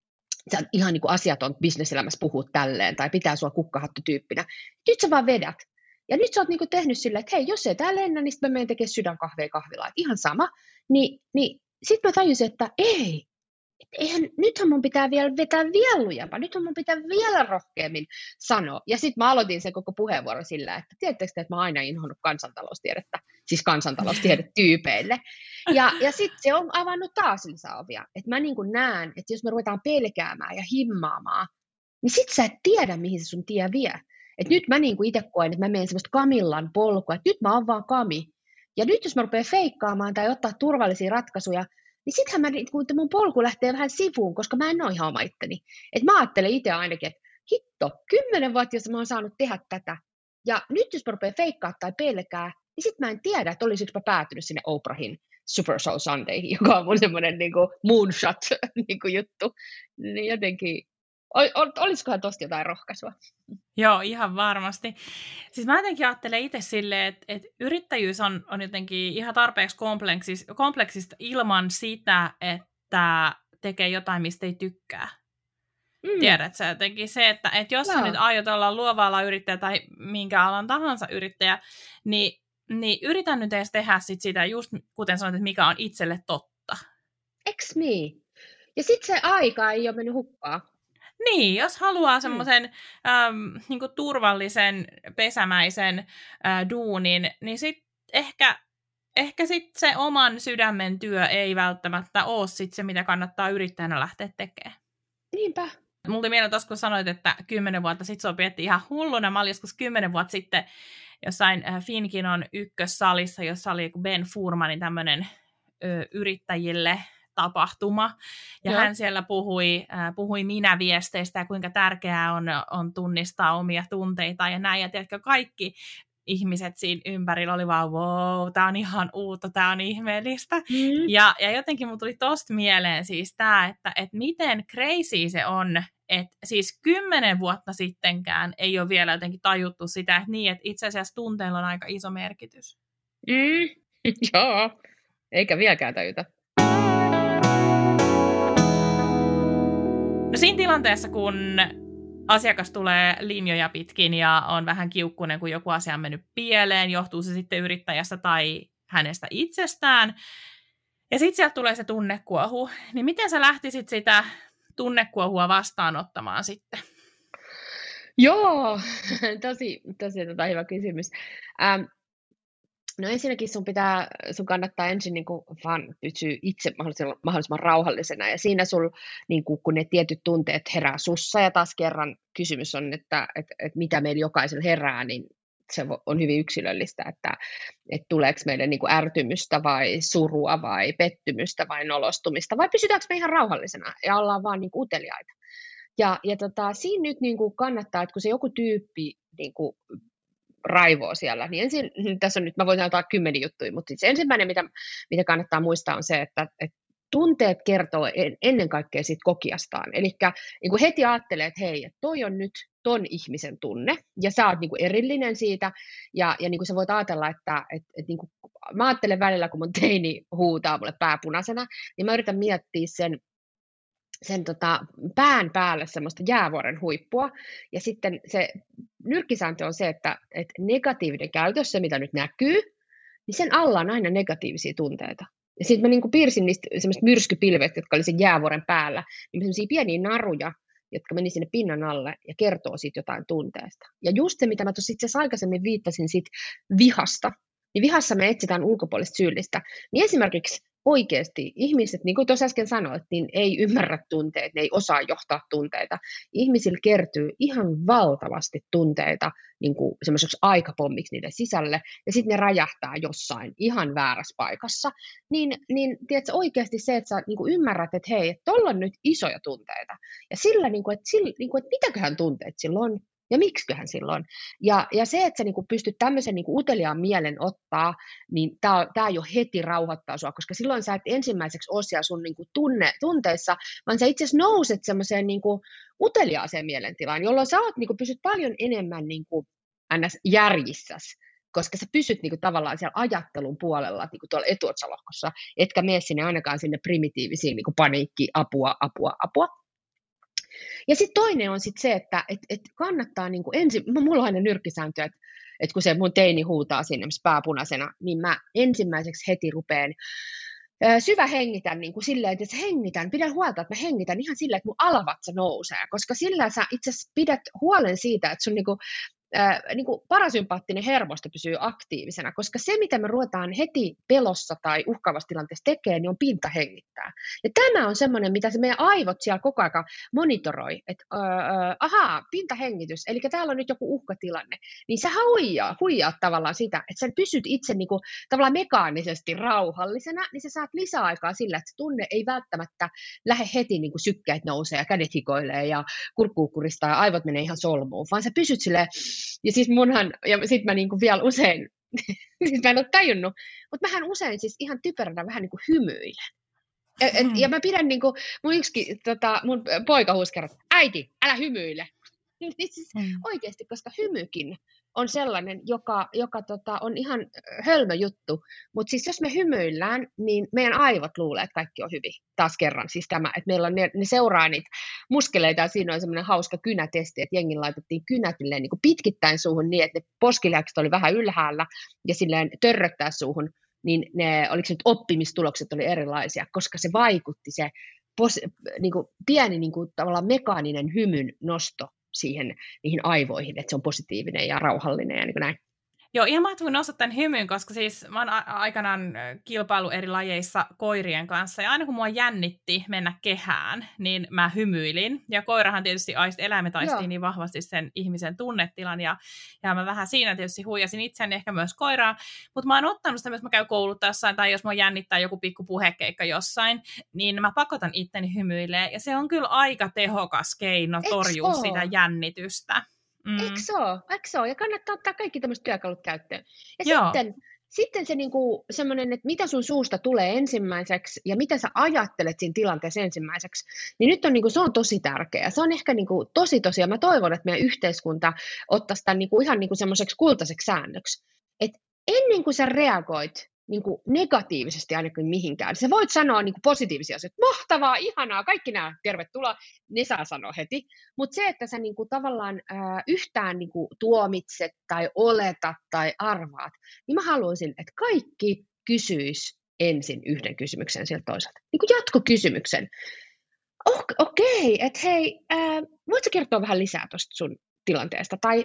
ihan niin kuin asiaton bisneselämässä puhuu tälleen tai pitää sua kukkahattu-tyyppinä. Nyt sä vaan vedät. Ja nyt sä oot niin kuin tehnyt silleen, että hei, jos ei tää lennä, niin sitten mä menen tekemään sydänkahvea kahvilaa. Ihan sama. Niin sitten mä tajusin, että ei. Nythän mun pitää vielä vetää vielä lujempaa, nythän mun pitää vielä rohkeammin sanoa. Ja sitten mä aloitin sen koko puheenvuoron sillä, että tiedättekö te, että mä oon aina inhonnut kansantaloustiedettä, siis kansantaloustiedetyypeille. Ja sitten se on avannut taas lisää ovia. Että mä niin kuin näen, että jos me ruvetaan pelkäämään ja himmaamaan, niin sit sä et tiedä, mihin se sun tie vie. Että nyt mä niin kuin itse koen, että mä menen semmoista Kamillan polkua, että nyt mä oon vaan Kami. Ja nyt jos mä rupean feikkaamaan tai ottaa turvallisia ratkaisuja, niin sittenhän mun polku lähtee vähän sivuun, koska mä en ole ihan oma itteni. Et mä ajattelen itse ainakin, että hitto, 10 vuotta, jos mä oon saanut tehdä tätä. Ja nyt jos mä rupean feikkaa tai pelkää, niin sit mä en tiedä, että olisiko mä päätynyt sinne Oprahin Super Show Sundayhin, joka on mun semmoinen niin kuin moonshot niin kuin juttu. Niin jotenkin, olisikohan tosta jotain rohkaisua? Joo, ihan varmasti. Siis mä jotenkin ajattelen itse silleen, että yrittäjyys on jotenkin ihan tarpeeksi kompleksista ilman sitä, että tekee jotain, mistä ei tykkää. Tiedät sä jotenkin se, että jos sä nyt aiot olla luova-alan yrittäjä tai minkä alan tahansa yrittäjä, niin yritän nyt edes tehdä sitä just kuten sanoit, että mikä on itselle totta. Eks niin? Ja sit se aika ei ole mennyt hukkaan. Niin, jos haluaa semmoisen niinku turvallisen, pesämäisen duunin, niin sitten ehkä sit se oman sydämen työ ei välttämättä ole sit se, mitä kannattaa yrittäjänä lähteä tekemään. Niinpä. Mulla tuli mieleen, kun sanoit, että 10 vuotta sitten sua pidettiin ihan hulluna. Mä olin joskus 10 vuotta sitten jossain Finkinon ykkössalissa, jossa oli Ben Furmanin tämmöinen yrittäjille tapahtuma. Ja hän siellä puhui minä-viesteistä ja kuinka tärkeää on tunnistaa omia tunteita ja näin. Ja tiedätkö, kaikki ihmiset siinä ympärillä oli vaan, wow, tää on ihan uutta, tää on ihmeellistä. Ja jotenkin mun tuli tosta mieleen siis tää, että miten crazy se on, että siis 10 vuotta sittenkään ei ole vielä jotenkin tajuttu sitä, että niin, että itse asiassa tunteilla on aika iso merkitys. Joo, eikä vieläkään tajuta. No siinä tilanteessa, kun asiakas tulee linjoja pitkin ja on vähän kiukkunen, kun joku asia on mennyt pieleen, johtuu se sitten yrittäjästä tai hänestä itsestään, ja sitten sieltä tulee se tunnekuohu, niin miten sä lähtisit sitä tunnekuohua vastaanottamaan sitten? Joo, tosi hyvä kysymys. No ensinnäkin sun kannattaa ensin niin kuin vaan pysyä itse mahdollisimman rauhallisena, ja siinä niin kuin, kun ne tietyt tunteet herää sussa, ja taas kerran kysymys on, että mitä meillä jokaisella herää, niin se on hyvin yksilöllistä, että tuleeko meille niin kuin ärtymystä vai surua vai pettymystä vai nolostumista, vai pysytäänkö me ihan rauhallisena ja ollaan vaan niin kuin uteliaita. Ja siinä nyt niin kuin kannattaa, että kun se joku tyyppi niin kuin raivoo siellä, niin ensin, tässä on nyt, mä voin antaa 10 juttuja, mutta siis ensimmäinen, mitä kannattaa muistaa, on se, että tunteet kertoo ennen kaikkea siitä kokiastaan. Eli niin kuin heti ajattelee, että hei, että toi on nyt ton ihmisen tunne, ja sä oot niin kuin erillinen siitä, ja niin kuin sä voit ajatella, että niin kuin, mä ajattelen välillä, kun mun teini huutaa mulle pääpunaisena, niin mä yritän miettiä sen pään päälle semmoista jäävuoren huippua, ja sitten se nyrkkisääntö on se, että negatiivinen käytös, se mitä nyt näkyy, niin sen alla on aina negatiivisia tunteita. Ja sitten mä niin kuin piirsin niistä semmoista myrskypilveistä, jotka oli sen jäävuoren päällä, niin semmoisia pieniä naruja, jotka meni sinne pinnan alle ja kertoo siitä jotain tunteesta. Ja just se, mitä mä tuossa itse asiassa aikaisemmin viittasin siitä vihasta, niin vihassa me etsitään ulkopuolista syyllistä. Niin esimerkiksi oikeasti ihmiset, niin kuin tuossa äsken sanoit, niin ei ymmärrä tunteita, ne ei osaa johtaa tunteita. Ihmisillä kertyy ihan valtavasti tunteita niin kuin semmoiseksi aikapommiksi niiden sisälle, ja sitten ne räjähtää jossain ihan väärässä paikassa. Niin tiedätkö, oikeasti se, että sä niin kuin ymmärrät, että hei, tuolla on nyt isoja tunteita, ja sillä, niin kuin, että mitäköhän tunteet silloin on, ja miksiköhän silloin. Ja se, että sä niin kuin pystyt tämmöisen niin kuin uteliaan mielen ottaa, niin tämä jo heti rauhoittaa sua, koska silloin sä et ensimmäiseksi ole siellä sun niin kuin tunteissa, vaan sä itse asiassa nouset semmoiseen niin kuin uteliaaseen mielentilaan, jolloin sä niin kuin pysyt paljon enemmän niin kuin järjissäsi, koska sä pysyt niin kuin tavallaan siellä ajattelun puolella niin kuin tuolla etuotsalohkossa, etkä mene sinne ainakaan sinne primitiivisiin niin kuin paniikki, apua. Ja sitten toinen on sitten se, että et kannattaa niinku ensin, mulla on aina nyrkkisääntö, että kun se mun teini huutaa sinne pääpunaisena, niin mä ensimmäiseksi heti rupeen syvä hengitän niin kuin silleen, että hengitän, pidän huolta, että mä hengitän ihan silleen, että mun alavatsa nousee, koska sillä sä itse asiassa pidät huolen siitä, että sun niin kuin parasympaattinen hermosto pysyy aktiivisena, koska se, mitä me ruvetaan heti pelossa tai uhkaavassa tilanteessa tekemään, niin on pintahengittää. Ja tämä on semmoinen, mitä se meidän aivot siellä koko ajan monitoroi, että pintahengitys, eli täällä on nyt joku uhkatilanne, niin sä huijaat tavallaan sitä, että sä pysyt itse niin kuin, tavallaan mekaanisesti rauhallisena, niin sä saat lisäaikaa sillä, että se tunne ei välttämättä lähde heti niin kuin sykkeet nousee ja kädet hikoilee ja kurkkuukurista ja aivot menee ihan solmuun, vaan sä pysyt silleen. Ja siis sit mä niinku vielä usein, siis mä en ole tajunnut, mutta mähän usein siis ihan typeränä vähän niinku hymyilen. Ja mä pidän niinku, mun poika huusi kerran, äiti, älä hymyile. Niin siis oikeasti, koska hymykin on sellainen, joka on ihan hölmö juttu, mutta siis jos me hymyillään, niin meidän aivot luulee, että kaikki on hyvin. Taas kerran siis tämä, että meillä on ne seuraa niitä muskeleita, ja siinä on semmoinen hauska kynätesti, että jengin laitettiin kynät niin kuin pitkittäin suuhun niin, että ne poskilihakset oli vähän ylhäällä ja silleen törröttää suuhun, niin oliko se nyt oppimistulokset oli erilaisia, koska se vaikutti se niin kuin pieni niin kuin tavallaan mekaaninen hymyn nosto niihin aivoihin, että se on positiivinen ja rauhallinen ja niin kuin näin. Joo, ihan mahtavaa nostaa tämän hymyn, koska siis mä oon aikanaan kilpailu eri lajeissa koirien kanssa, ja aina kun mua jännitti mennä kehään, niin mä hymyilin, ja koirahan tietysti eläimet aistii niin vahvasti sen ihmisen tunnetilan, ja mä vähän siinä tietysti huijasin itseäni, ehkä myös koiraa, mutta mä oon ottanut sitä, jos mä käyn koulutta jossain, tai jos mua jännittää joku pikku puhekeikka jossain, niin mä pakotan itteni hymyilee, ja se on kyllä aika tehokas keino torjua sitä jännitystä. Eikö se ole? Ja kannattaa ottaa kaikki tämmöiset työkalut käyttöön. Ja sitten se niinku semmoinen, että mitä sun suusta tulee ensimmäiseksi ja mitä sä ajattelet siinä tilanteessa ensimmäiseksi, niin nyt on niinku, se on tosi tärkeää. Se on ehkä niinku tosi, ja mä toivon, että meidän yhteiskunta ottaisi tämän niinku ihan niinku semmoiseksi kultaiseksi säännöksi. Että ennen kuin sä reagoit niinku negatiivisesti ainakin mihinkään, sä voit sanoa niinku positiivisia asioita, mahtavaa, ihanaa, kaikki nämä, tervetuloa, ne saa sanoa heti, mutta se, että sä niinku tavallaan yhtään niinku tuomitset tai oletat tai arvaat, niin mä haluaisin, että kaikki kysyis ensin yhden kysymyksen sieltä toisaalta, niinku jatkokysymyksen. Okei, että hei, voitko kertoa vähän lisää tuosta sun tilanteesta, tai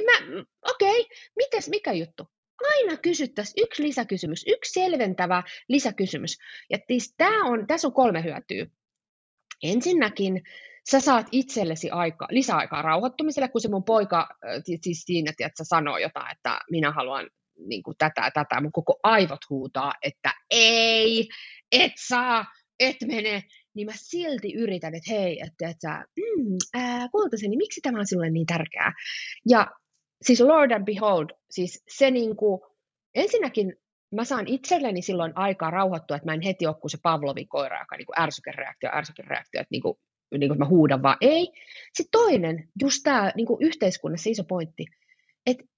mikä juttu? Aina kysyttäisiin yksi lisäkysymys, yksi selventävä lisäkysymys. Ja tässä on 3 hyötyä. Ensinnäkin sä saat itsellesi lisäaikaa rauhoittumiselle, kun se mun poika siis siinä, että sanoo jotain, että minä haluan niin kuin tätä. Mun koko aivot huutaa, että ei, et saa, et mene. Niin mä silti yritän, että hei, kultaseni, miksi tämä on sinulle niin tärkeää? Ja siis Lord and Behold, siis se niinku, ensinnäkin mä saan itselleni silloin aikaa rauhoittua, että mä en heti ole kuin se Pavlovin koira, joka niinku ärsykereaktio, että niinku mä huudan vaan ei. Sitten toinen, just tämä niinku yhteiskunnassa iso pointti, että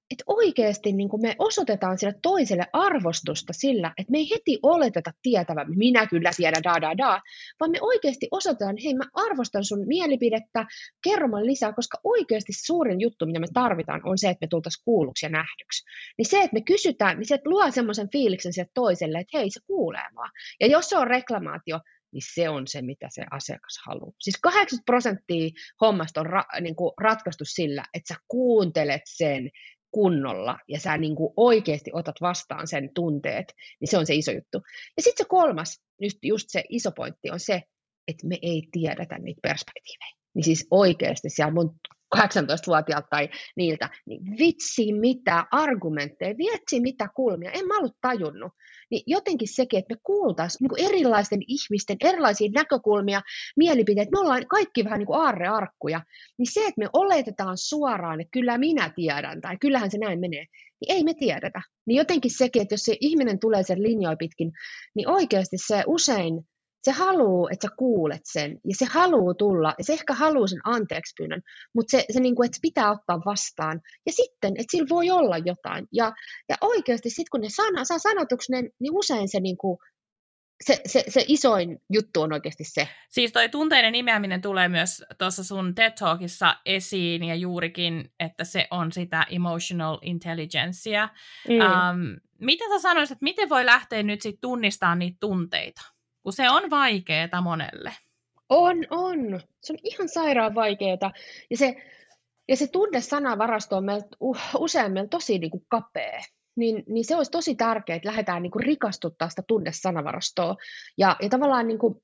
että oikeasti niin kuin me osoitetaan sille toiselle arvostusta sillä, että me ei heti oleteta tietävämme, minä kyllä tiedän, vaan me oikeasti osoitetaan, hei mä arvostan sun mielipidettä, kerro mulle lisää, koska oikeasti suurin juttu, mitä me tarvitaan, on se, että me tultaisiin kuulluksi ja nähdyksi. Niin se, että me kysytään, niin se luo semmoisen fiiliksen sille toiselle, että hei, se kuulee mua. Ja jos se on reklamaatio, niin se on se, mitä se asiakas haluaa. Siis 80% hommasta on niin kuin ratkaistu sillä, että sä kuuntelet sen kunnolla ja sä niin kuin oikeasti otat vastaan sen tunteet, niin se on se iso juttu. Ja sitten se kolmas, just se iso pointti on se, että me ei tiedetä niitä perspektiivejä. Niin siis oikeasti siellä mun 18-vuotiaalta tai niiltä, niin vitsi mitä argumentteja, vitsi mitä kulmia, en mä ollut tajunnut. Niin jotenkin sekin, että me kuultaisiin niin erilaisten ihmisten erilaisia näkökulmia, mielipiteitä, me ollaan kaikki vähän niin kuin aarrearkkuja, niin se, että me oletetaan suoraan, että kyllä minä tiedän, tai kyllähän se näin menee, niin ei me tiedetä. Niin jotenkin sekin, että jos se ihminen tulee sen linjoja pitkin, niin oikeasti se usein, se haluaa, että sä kuulet sen, ja se haluaa tulla, ja se ehkä haluaa sen anteeksi pyynnön, mutta se niin kuin, että se pitää ottaa vastaan, ja sitten, että sillä voi olla jotain, ja oikeasti sitten, kun ne saa sanotuksi, niin usein se, niin kuin, se isoin juttu on oikeasti se. Siis toi tunteiden nimeäminen tulee myös tuossa sun TED-talkissa esiin, ja juurikin, että se on sitä emotional intelligencea. Mitä sä sanoisit, että miten voi lähteä nyt sitten tunnistamaan niitä tunteita? Kun se on vaikeaa monelle. On. Se on ihan sairaan vaikeaa. Ja se tunnesanavarasto on usein meillä tosi niin kuin kapea. Niin se olisi tosi tärkeää, että lähdetään niin kuin rikastuttaa sitä tunnesanavarastoa. Ja tavallaan niin kuin,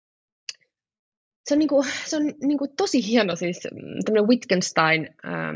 se on niin kuin tosi hieno, siis tämmöinen Wittgenstein,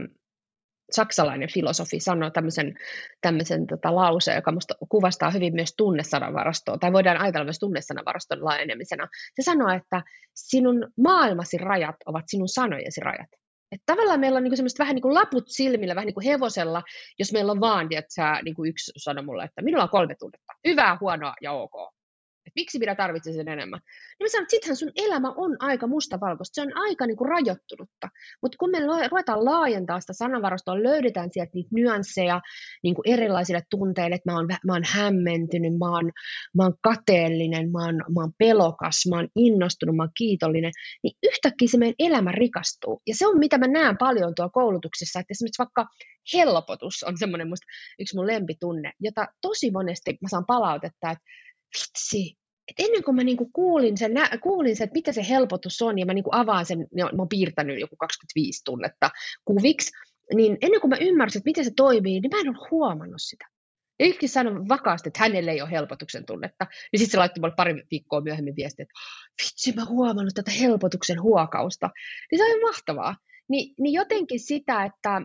saksalainen filosofi sanoi tämmöisen lauseen, joka musta kuvastaa hyvin myös tunnesanavarastoa, tai voidaan ajatella myös tunnesanavaraston laajenemisena. Se sanoo, että sinun maailmasi rajat ovat sinun sanojesi rajat. Että tavallaan meillä on niinku semmoista vähän niin kuin laput silmillä, vähän niin kuin hevosella, jos meillä on vaan, että niinku yksi sanoo mulle, että minulla on 3 tunnetta, hyvää, huonoa ja ok. että miksi minä tarvitsen sen enemmän. Niin mä sanon, että sittenhän sun elämä on aika mustavalkoista, se on aika niin kuin rajoittunutta. Mutta kun me ruvetaan laajentaa sitä sanavarastoa, löydetään sieltä niitä nyansseja niin kuin erilaisille tunteille, että mä oon hämmentynyt, mä oon kateellinen, mä oon pelokas, mä oon innostunut, mä oon kiitollinen, niin yhtäkkiä se meidän elämä rikastuu. Ja se on mitä mä näen paljon tuolla koulutuksessa, että esimerkiksi vaikka helpotus on semmoinen yksi mun lempitunne, jota tosi monesti mä saan palautetta, että vitsi, että ennen kuin mä niinku kuulin sen, että mitä se helpotus on, ja mä niinku avaan sen, mä oon piirtänyt joku 25 tunnetta kuviksi, niin ennen kuin mä ymmärsin, että miten se toimii, niin mä en ole huomannut sitä. Ja yksikin sanoi vakaasti, että hänelle ei ole helpotuksen tunnetta. Ja sitten se laittoi mulle pari viikkoa myöhemmin viestiä, että vitsi, mä oon huomannut tätä helpotuksen huokausta. Niin se on mahtavaa. Niin jotenkin sitä, että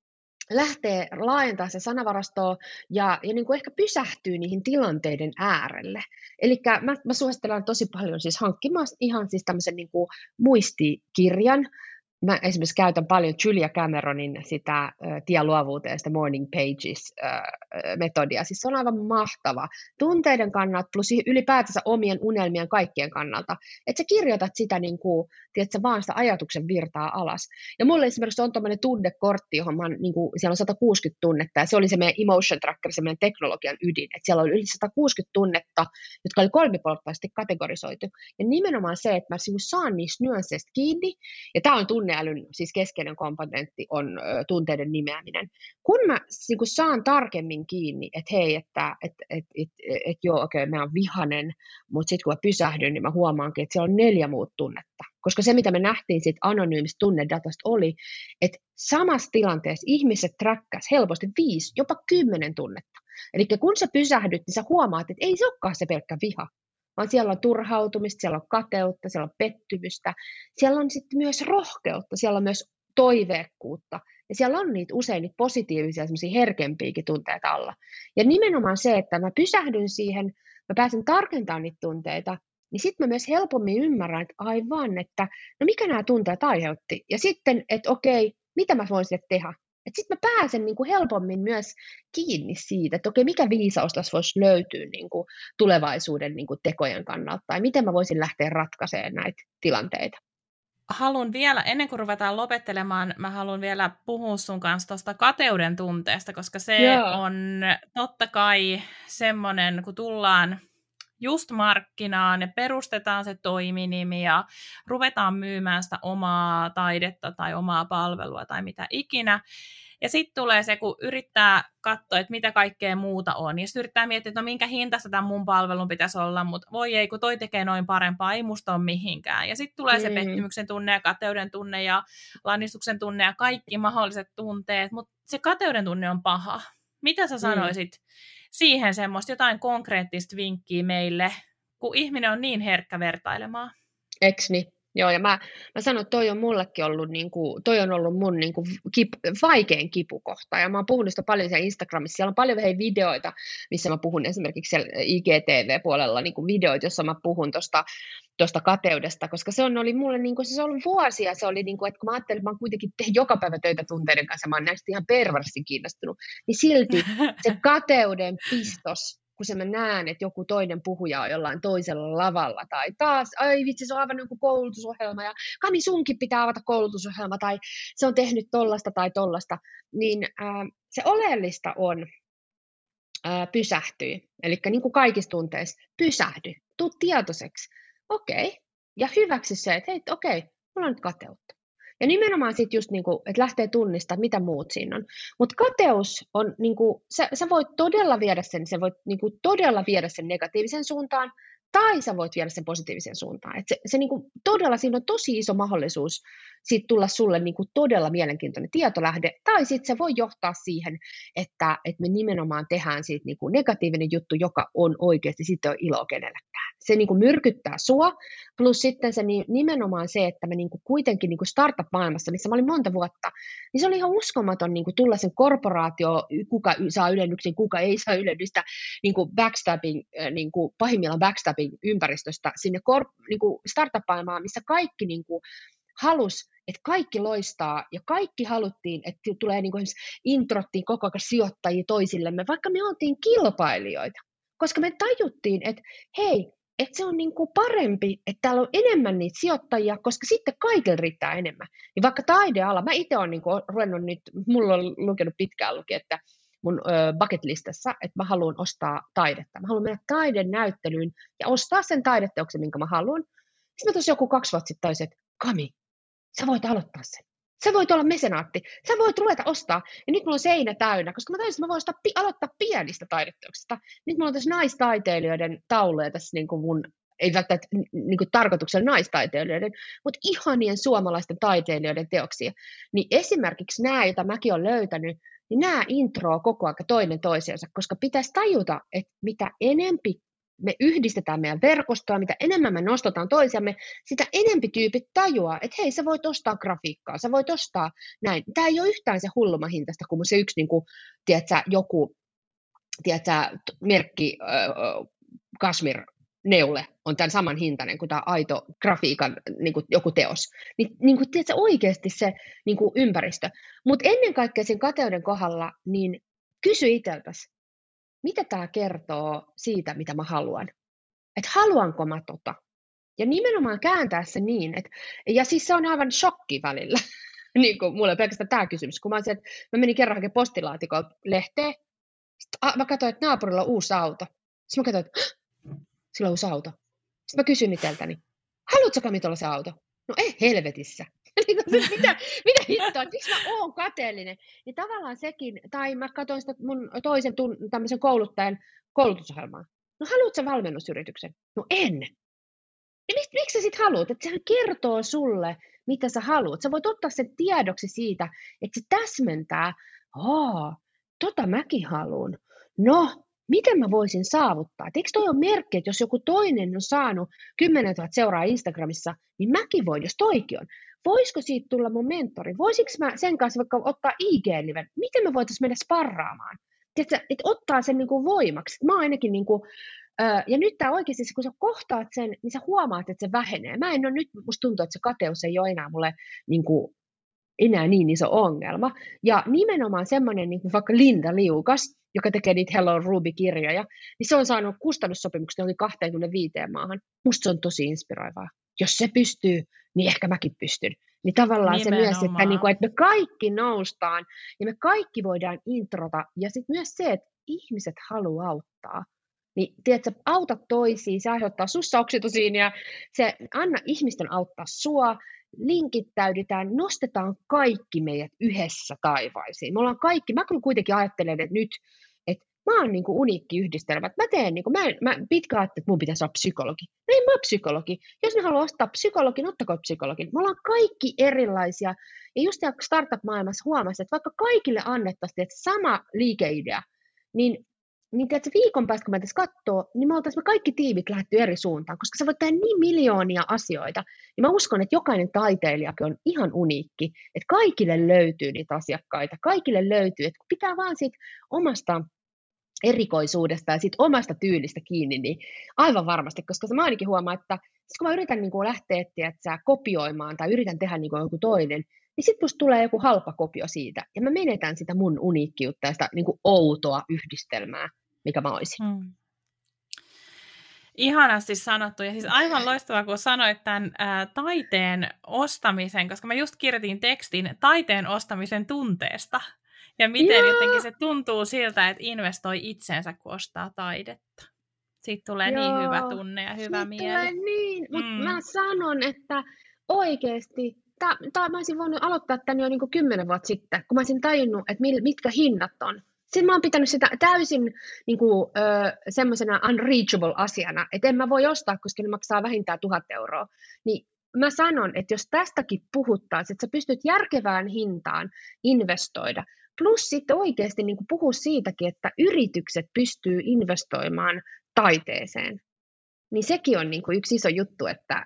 lähtee laajentamaan se sanavarastoa ja niin kuin ehkä pysähtyy niihin tilanteiden äärelle. Eli mä suosittelen tosi paljon siis hankkimaan ihan siis tämmöisen niin kuin muistikirjan. Mä esimerkiksi käytän paljon Julia Cameronin sitä tie luovuuteen, sitä Morning Pages-metodia. Siis se on aivan mahtava tunteiden kannalta plus ylipäätänsä omien unelmien kaikkien kannalta. Että sä kirjoitat sitä, niin kuin, tiedätkö, vaan sitä ajatuksen virtaa alas. Ja mulle esimerkiksi on tommoinen tunnekortti, johon niin kuin, siellä on 160 tunnetta. Ja se oli se meidän emotion tracker, se meidän teknologian ydin. Että siellä oli yli 160 tunnetta, jotka oli kolmiportaisesti kategorisoitu. Ja nimenomaan se, että mä saan niistä nyansseista kiinni. Ja tämä on tunneälyn siis keskeinen komponentti on tunteiden nimeäminen. Kun mä niin kun saan tarkemmin kiinni, että hei, että joo, okei, mä oon vihanen, mutta sitten kun mä pysähdyn, niin mä huomaankin, että siellä on 4 muuta tunnetta. Koska se, mitä me nähtiin siitä anonyymistä tunnedatasta oli, että samassa tilanteessa ihmiset träkkäs helposti 5, jopa 10 tunnetta. Eli kun sä pysähdyt, niin sä huomaat, että ei se olekaan se pelkkä viha, vaan siellä on turhautumista, siellä on kateutta, siellä on pettymystä, siellä on sitten myös rohkeutta, siellä on myös toiveikkuutta, ja siellä on usein niitä positiivisia, semmoisia herkempiäkin tunteita alla. Ja nimenomaan se, että mä pysähdyn siihen, mä pääsen tarkentamaan niitä tunteita, niin sitten mä myös helpommin ymmärrän, että aivan, että no mikä nämä tunteet aiheutti, ja sitten, että okei, mitä mä voisin tehdä. Sitten mä pääsen niin kuin helpommin myös kiinni siitä, että okei, mikä viisaus tässä voisi löytyä niin kuin tulevaisuuden niin kuin tekojen kannalta, tai miten mä voisin lähteä ratkaisemaan näitä tilanteita. haluan vielä, ennen kuin ruvetaan lopettelemaan, mä haluan vielä puhua sun kanssa tuosta kateuden tunteesta, koska se on totta kai semmoinen, kun tullaan just markkinaan ja perustetaan se toiminimi ja ruvetaan myymään sitä omaa taidetta tai omaa palvelua tai mitä ikinä. Ja sitten tulee se, kun yrittää katsoa, että mitä kaikkea muuta on. Ja sitten yrittää miettiä, että no minkä hintaista tämän mun palvelun pitäisi olla, mutta voi ei, kun toi tekee noin parempaa, ei musta ole mihinkään. Ja sitten tulee se pettymyksen tunne ja kateuden tunne ja lannistuksen tunne ja kaikki mahdolliset tunteet, mutta se kateuden tunne on paha. Mitä sä sanoisit siihen semmoista jotain konkreettista vinkkiä meille, kun ihminen on niin herkkä vertailemaan? Eks niin? Joo, ja mä sanon, että toi on mullekin ollut, toi on ollut mun vaikein kipukohta, ja mä oon puhunut sitä paljon siellä Instagramissa, siellä on paljon videoita, missä mä puhun esimerkiksi siellä IGTV-puolella videoita, jossa mä puhun tuosta kateudesta, koska se oli mulle, se on ollut vuosia, se oli, että kun mä ajattelin, että mä oon kuitenkin tehnyt joka päivä töitä tunteiden kanssa, mä oon näistä ihan perversti kiinnostunut, niin silti se kateuden pistos, kun mä näen, että joku toinen puhuja on jollain toisella lavalla, tai taas, ai vitsi, se on aivan joku koulutusohjelma, ja Kami, sunkin pitää avata koulutusohjelma, tai se on tehnyt tollasta tai tollasta, niin se oleellista on pysähtyä, eli niin kuin kaikissa tunteissa, pysähdy, tuu tietoiseksi, okei, ja hyväksy se, että hei, okei, mulla on nyt kateutta. Ja nimenomaan sitten just, että lähtee tunnistamaan, mitä muut siinä on. Mutta kateus on, sä voit todella viedä sen, todella viedä sen negatiivisen suuntaan, tai sä voit viedä sen positiivisen suuntaan. Et se todella, siinä on tosi iso mahdollisuus siitä tulla sulle todella mielenkiintoinen tietolähde, tai sitten se voi johtaa siihen, että me nimenomaan tehdään siitä negatiivinen juttu, joka on oikeasti sitten on ilo kenellekään. Se myrkyttää sua, plus sitten se nimenomaan se, että me kuitenkin startup-maailmassa, missä mä olin monta vuotta, niin se oli ihan uskomaton tulla sen korporaatio, kuka saa ylennyksen, kuka ei saa ylennystä, backstabbing, pahimmillaan backstabbing ympäristöstä sinne startup-maailmaan, missä kaikki halusi, että kaikki loistaa ja kaikki haluttiin, että tulee introttiin koko ajan sijoittajia toisillemme, vaikka me oltiin kilpailijoita, koska me tajuttiin, että hei, että se on parempi, että täällä on enemmän niitä sijoittajia, koska sitten kaikilla riittää enemmän. Niin vaikka taideala, mä itse olen ruvennut nyt, mulla on lukenut pitkään että mun bucket listassa, että mä haluan ostaa taidetta. Mä haluan mennä taidenäyttelyyn ja ostaa sen taideteoksen, minkä mä haluan. Sitten mä tuossa joku 2 vuotta sitten taisin, että Kami, sä voit aloittaa sen. Sä voit olla mesenaatti. Sä voit ruveta ostaa. Ja nyt mulla on seinä täynnä, koska mä taisin, että mä voin aloittaa pienistä taideteoksista. Nyt mulla on tässä naistaiteilijoiden tauluja tässä mun, ei välttämättä tarkoituksella naistaiteilijoiden, mutta ihanien suomalaisten taiteilijoiden teoksia. Niin esimerkiksi nämä, joita mäkin olen löytänyt, niin nämä introa koko ajan toinen toisiansa, koska pitäisi tajuta, että mitä enempi me yhdistetään meidän verkostoa, mitä enemmän me nostetaan toisiamme, sitä enempi tyypit tajuaa, että hei, sä voit ostaa grafiikkaa, sä voit ostaa näin. Tämä ei ole yhtään se hullumahintaista, kun se yksi joku merkki Kashmir neule on tämän saman hintainen kuin tämä aito grafiikan joku teos. Tiedätkö, oikeasti se ympäristö. Mutta ennen kaikkea sen kateuden kohdalla, niin kysy itseltäsi, mitä tämä kertoo siitä, mitä mä haluan? Että haluanko mä tota? Ja nimenomaan kääntää se niin, että, ja siis se on aivan shokki välillä, mulle pelkästään tämä kysymys, kun mä menin kerran hakemaan postilaatikolla lehteä, mä katsoin, että naapurilla on uusi auto. Sitten mä katsoin, että sillä on uusi auto. Sitten mä kysyin itseltäni, haluatko Kami tuollaisen auto? No ei helvetissä. mitä hittoa, että miksi mä oon kateellinen? Niin tavallaan sekin, tai mä katsoin sitä mun toisen tämmöisen kouluttajan koulutusohjelmaa. No haluatko valmennusyrityksen? No en. Ja miksi sä sit haluat? Että sehän kertoo sulle, mitä sä haluat. Sä voit ottaa sen tiedoksi siitä, että se täsmentää, tota mäkin haluan. No, miten mä voisin saavuttaa? Et eikö toi ole merkki, että jos joku toinen on saanut 10 000 seuraa Instagramissa, niin mäkin voin, jos toikin on. Voisiko siitä tulla mun mentori? Voisinko mä sen kanssa vaikka ottaa IG-liven? Miten me voitaisiin mennä sparraamaan? Että ottaa sen voimaksi. Mä ainakin, ja nyt tämä oikeasti, kun sä kohtaat sen, niin sä huomaat, että se vähenee. Mä en ole nyt, musta tuntuu, että se kateus ei ole enää mulle enää niin iso ongelma. Ja nimenomaan semmoinen, vaikka Linda Liukas, joka tekee niitä Hello Ruby-kirjoja, niin se on saanut kustannussopimukset johonkin 25 maahan. Musta se on tosi inspiroivaa. jos se pystyy, niin ehkä mäkin pystyn. Niin tavallaan se myös, että, niin kuin, että me kaikki noustaan ja me kaikki voidaan introta. Ja sitten myös se, että ihmiset haluaa auttaa. Niin tiedätkö, auta toisia, se aiheuttaa sussa oksitosiinia, se anna ihmisten auttaa sua, linkittäydytään, nostetaan kaikki meidät yhdessä taivaisiin. Me ollaan kaikki, mä kuitenkin ajattelen, että nyt, että mä oon niin kuin uniikki yhdistelmä. Mä teen, niin kuin, mä pitkään ajattelin, että mun pitäisi olla psykologi. No en mä ole psykologi. Jos ne haluaa ostaa psykologin, ottakaa psykologin. Me ollaan kaikki erilaisia. Ja just siellä startup-maailmassa huomasi, että vaikka kaikille annettaisiin sama liikeidea, niin tiedätkö, viikon päästä, kun mä tässä katsoo, niin me kaikki tiivit lähdetty eri suuntaan, koska sä voit tehdä niin miljoonia asioita. Ja mä uskon, että jokainen taiteilijakin on ihan uniikki, että kaikille löytyy niitä asiakkaita, kaikille löytyy, että pitää vaan siitä omasta erikoisuudesta ja siitä omasta tyylistä kiinni, niin aivan varmasti, koska mä ainakin huomaan, että kun mä yritän niin kuin lähteä että kopioimaan tai yritän tehdä niin kuin joku toinen, niin sitten musta tulee joku halpa kopio siitä, ja mä menetän sitä mun uniikkiutta ja sitä niin kuin outoa yhdistelmää, mikä mä olisin. Ihanasti sanottu, ja siis aivan loistavaa, kun sanoit tämän taiteen ostamisen, koska mä just kirjoitin tekstin taiteen ostamisen tunteesta, ja miten jotenkin se tuntuu siltä, että investoi itseensä, kun ostaa taidetta. Siitä tulee niin hyvä tunne ja hyvä mieli. Tulee niin, mutta mä sanon, että oikeasti, mä olisin voinut aloittaa tämän jo niin kuin 10 vuotta sitten, kun mä olisin tajunnut, että mitkä hinnat on. Sitten mä oon pitänyt sitä täysin niin kuin, semmoisena unreachable asiana, että en mä voi ostaa, koska ne maksaa vähintään 1 000 €. Niin mä sanon, että jos tästäkin puhuttaisiin, että sä pystyt järkevään hintaan investoida, plus sitten oikeasti niin kuin puhua siitäkin, että yritykset pystyy investoimaan taiteeseen, niin sekin on niin kuin yksi iso juttu, että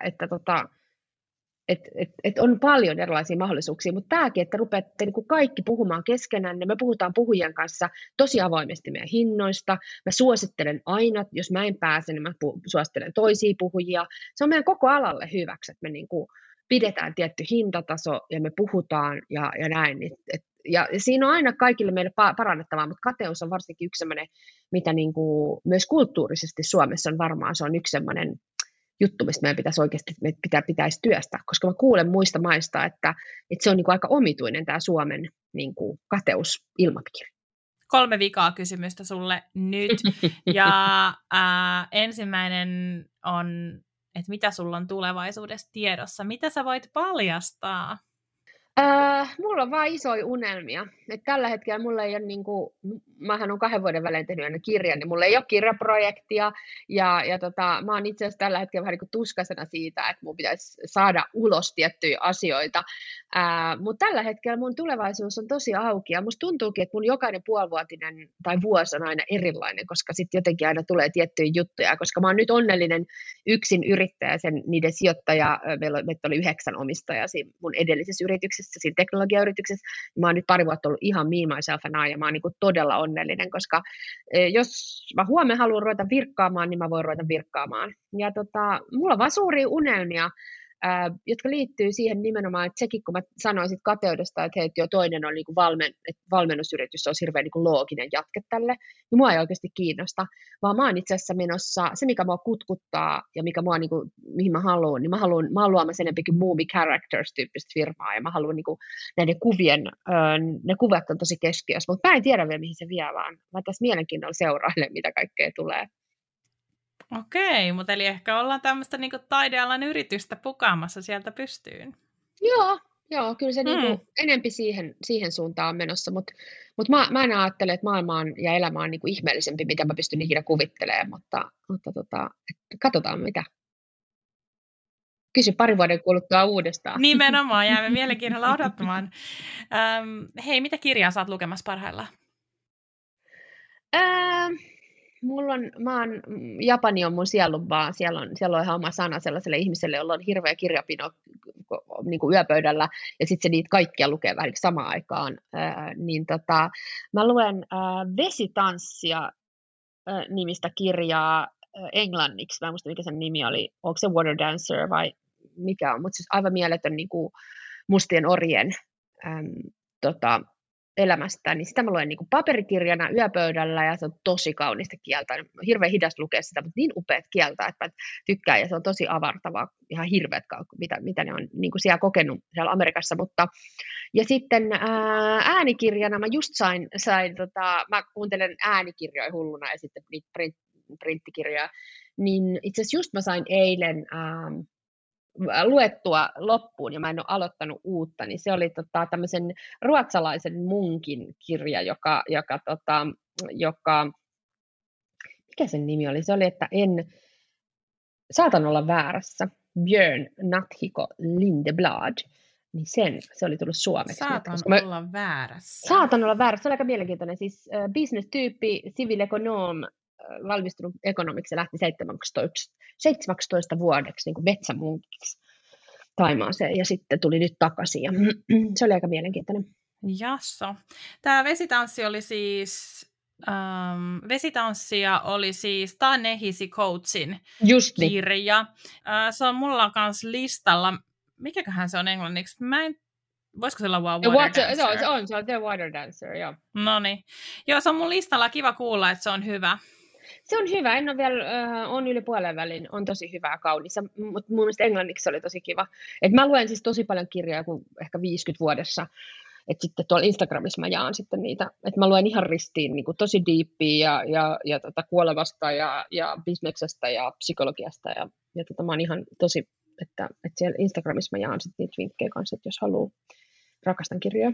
on paljon erilaisia mahdollisuuksia, mutta tämäkin, että rupeatte niin kuin kaikki puhumaan keskenään, me puhutaan puhujien kanssa tosi avoimesti meidän hinnoista, mä suosittelen aina, jos mä en pääse, niin mä suosittelen toisia puhujia, se on meidän koko alalle hyväksi, että me niin kuin pidetään tietty hintataso ja me puhutaan ja näin, ja siinä on aina kaikille meille parannettavaa, mutta kateus on varsinkin yksi sellainen, mitä niin kuin myös kulttuurisesti Suomessa on varmaan, se on yksi sellainen juttu, mistä meidän pitäisi oikeasti pitäisi työstää, koska mä kuulen muista maista, että se on niin kuin aika omituinen tämä Suomen niin kuin kateusilmapiiri. 3 vikaa kysymystä sulle nyt, ja ensimmäinen on, että mitä sulla on tulevaisuudessa tiedossa, mitä sä voit paljastaa? Mulla on vaan isoja unelmia. Et tällä hetkellä mulla ei ole, mähän olen 2 vuoden välein tehnyt aina kirjan, niin mulla ei ole kirjaprojektia, ja mä oon itse asiassa tällä hetkellä vähän niin kuin tuskaisena siitä, että mun pitäisi saada ulos tiettyjä asioita, mutta tällä hetkellä mun tulevaisuus on tosi auki, ja musta tuntuukin, että mun jokainen puolivuotinen tai vuosi on aina erilainen, koska sitten jotenkin aina tulee tiettyjä juttuja, koska mä oon nyt onnellinen yksin yrittäjä, niiden sijoittaja, meitä oli 9 omistajaa siinä mun edellisessä yrityksessä, siinä teknologiayrityksessä. Mä oon nyt 2 vuotta ollut ihan me, myself and I, ja mä oon niin kuin todella onnellinen, koska jos mä huomenna haluan ruveta virkkaamaan, niin mä voin ruveta virkkaamaan. Ja mulla on vaan suuria unelmia, jotka liittyy siihen nimenomaan, että sekin kun mä sanoin sit kateudesta, että hei, jo toinen on niinku valmennusyritys, se on hirveän niinku looginen jatke tälle, niin mua ei oikeasti kiinnosta, vaan mä oon itse asiassa menossa, se mikä mua kutkuttaa ja mikä mua, niinku, mihin mä haluan, niin mä oon luomassa enempikin movie characters -tyyppistä firmaa, ja mä haluan niinku, näiden kuvien, ne kuvat on tosi keskiössä, mutta mä en tiedä vielä mihin se vie, vaan mä tässä mielenkiinnolla seurailen, mitä kaikkea tulee. Okei, mutta eli ehkä ollaan tämmöistä niinku taidealan yritystä pukaamassa sieltä pystyyn. Joo, kyllä se niinku enempi siihen suuntaan on menossa, mutta mä aina ajattelen, että maailma ja elämä on niinku ihmeellisempi, mitä mä pystyn ikinä kuvittelemaan, mutta katsotaan mitä. Kysy 2 vuoden kuluttua uudestaan. Nimenomaan, jäämme mielenkiinnolla odottamaan. Hei, mitä kirjaa sä oot lukemassa parhaillaan? Japani on mun sielunpaa, siellä on ihan oma sana sellaiselle ihmiselle, jolla on hirveä kirjapino niin kuin yöpöydällä, ja sitten se niitä kaikkia lukee vähän samaan aikaan. Mä luen Vesitanssia nimistä kirjaa englanniksi, mä en muista mikä sen nimi oli, onko se Water Dancer vai mikä on, mutta siis aivan mieletön niin kuin mustien orjien elämästä, niin sitä mä luen niin kuin paperikirjana yöpöydällä, ja se on tosi kaunista kieltä. Hirveän hidasta lukea sitä, mutta niin upeat kieltä, että mä tykkään, ja se on tosi avartavaa, ihan hirveät, mitä ne on niin kuin siellä kokenut siellä Amerikassa. Ja sitten äänikirjana mä just sain mä kuuntelen äänikirjoja hulluna ja sitten printtikirjoja, niin itse asiassa just mä sain eilen luettua loppuun, ja mä en ole aloittanut uutta, niin se oli tämmöisen ruotsalaisen munkin kirja, joka mikä sen nimi oli? Se oli, että saatan olla väärässä, Björn Nathiko Lindeblad, niin se oli tullut suomeksi. Olla väärässä. Saatan olla väärässä, se oli aika mielenkiintoinen, siis business-tyyppi, civil econom, valmistunut ekonomiksi ja lähti 17 vuodeksi niin kuin metsämunkiksi Thaimaaseen ja sitten tuli nyt takaisin ja se oli aika mielenkiintoinen. Jasso. Tämä vesitanssi oli siis vesitanssia oli siis Ta-Nehisi Coatsin kirja. Se on mulla kanssa listalla. Mikäköhän se on englanniksi? Voisiko se olla vaan Water Dancer? Se on The Water Dancer, joo. Noniin. Joo, se on mun listalla, kiva kuulla, että se on hyvä. Se on hyvä, en ole vielä, on yli puolen välin, on tosi hyvää kaunissa, mutta mun mielestä englanniksi se oli tosi kiva. Et mä luen siis tosi paljon kirjoja, kuin ehkä 50 vuodessa, että sitten tuolla Instagramissa mä jaan sitten niitä, että mä luen ihan ristiin niin kuin tosi diippiä ja kuolevasta ja bisneksestä ja psykologiasta ja mä oon ihan tosi, että siellä Instagramissa mä jaan sitten niitä vinkkejä kanssa, että jos haluaa, rakastan kirjoja.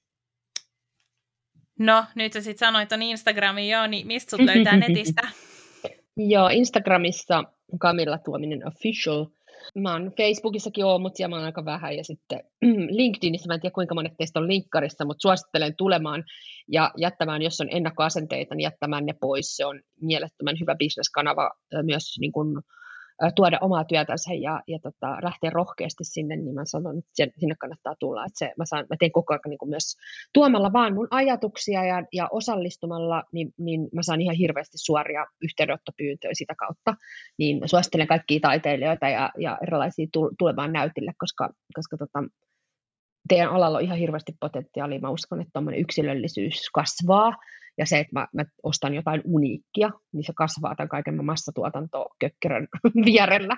No, nyt sä sitten sanoit ton Instagramin, joo, niin mistä sut löytää netistä? Joo, Instagramissa Camilla Tuominen Official. Mä oon Facebookissakin mutta siellä mä oon aika vähän. Ja sitten LinkedInissä, mä en tiedä kuinka monet teistä on linkkarissa, mutta suosittelen tulemaan ja jättämään, jos on ennakkoasenteita, niin jättämään ne pois. Se on mielettömän hyvä bisneskanava myös niin kun tuoda omaa työtänsä ja lähteä rohkeasti sinne, niin mä sanon, että sinne kannattaa tulla. Että mä teen koko ajan niin myös tuomalla vaan mun ajatuksia ja osallistumalla, niin mä saan ihan hirveästi suoria yhteydenottopyyntöjä sitä kautta. Niin mä suosittelen kaikkia taiteilijoita ja erilaisia tulemaan näytille, koska teidän alalla on ihan hirveästi potentiaalia. Mä uskon, että tuommoinen yksilöllisyys kasvaa. Ja se, että mä ostan jotain uniikkia, niin se kasvaa tämän kaiken massatuotantokökkerön vierellä.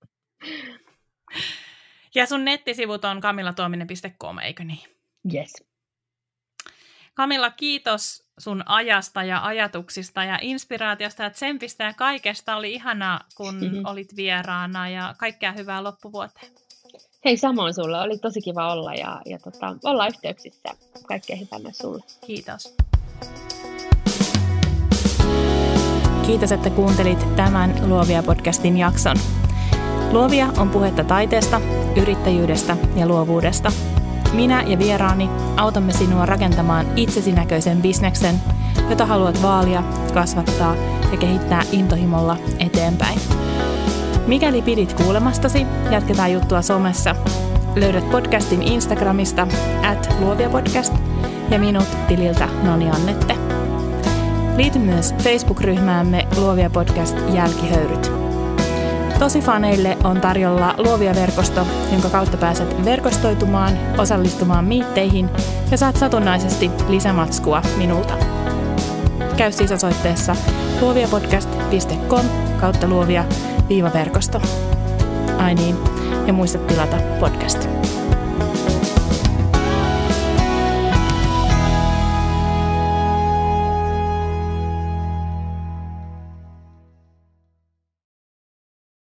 Ja sun nettisivut on camillatuominen.com, eikö niin? Yes. Camilla, kiitos sun ajasta ja ajatuksista ja inspiraatiosta ja tsempistä ja kaikesta. Oli ihanaa, kun olit vieraana ja kaikkea hyvää loppuvuoteen. Hei, samoin sulle. Oli tosi kiva olla ja ollaan yhteyksissä. Kaikkea hyvää myös sulle. Kiitos. Kiitos, että kuuntelit tämän Luovia-podcastin jakson. Luovia on puhetta taiteesta, yrittäjyydestä ja luovuudesta. Minä ja vieraani autamme sinua rakentamaan itsesi näköisen bisneksen, jota haluat vaalia, kasvattaa ja kehittää intohimolla eteenpäin. Mikäli pidit kuulemastasi, jatketaan juttua somessa. Löydät podcastin Instagramista @luoviapodcast ja minut tililtä Noni Annette. Liity myös Facebook-ryhmäämme Luovia Podcast Jälkihöyryt. Tosifaneille on tarjolla Luovia-verkosto, jonka kautta pääset verkostoitumaan, osallistumaan miitteihin ja saat satunnaisesti lisämatskua minulta. Käy siis osoitteessa luoviapodcast.com/luovia-verkosto. Ai niin, ja muista tilata podcast.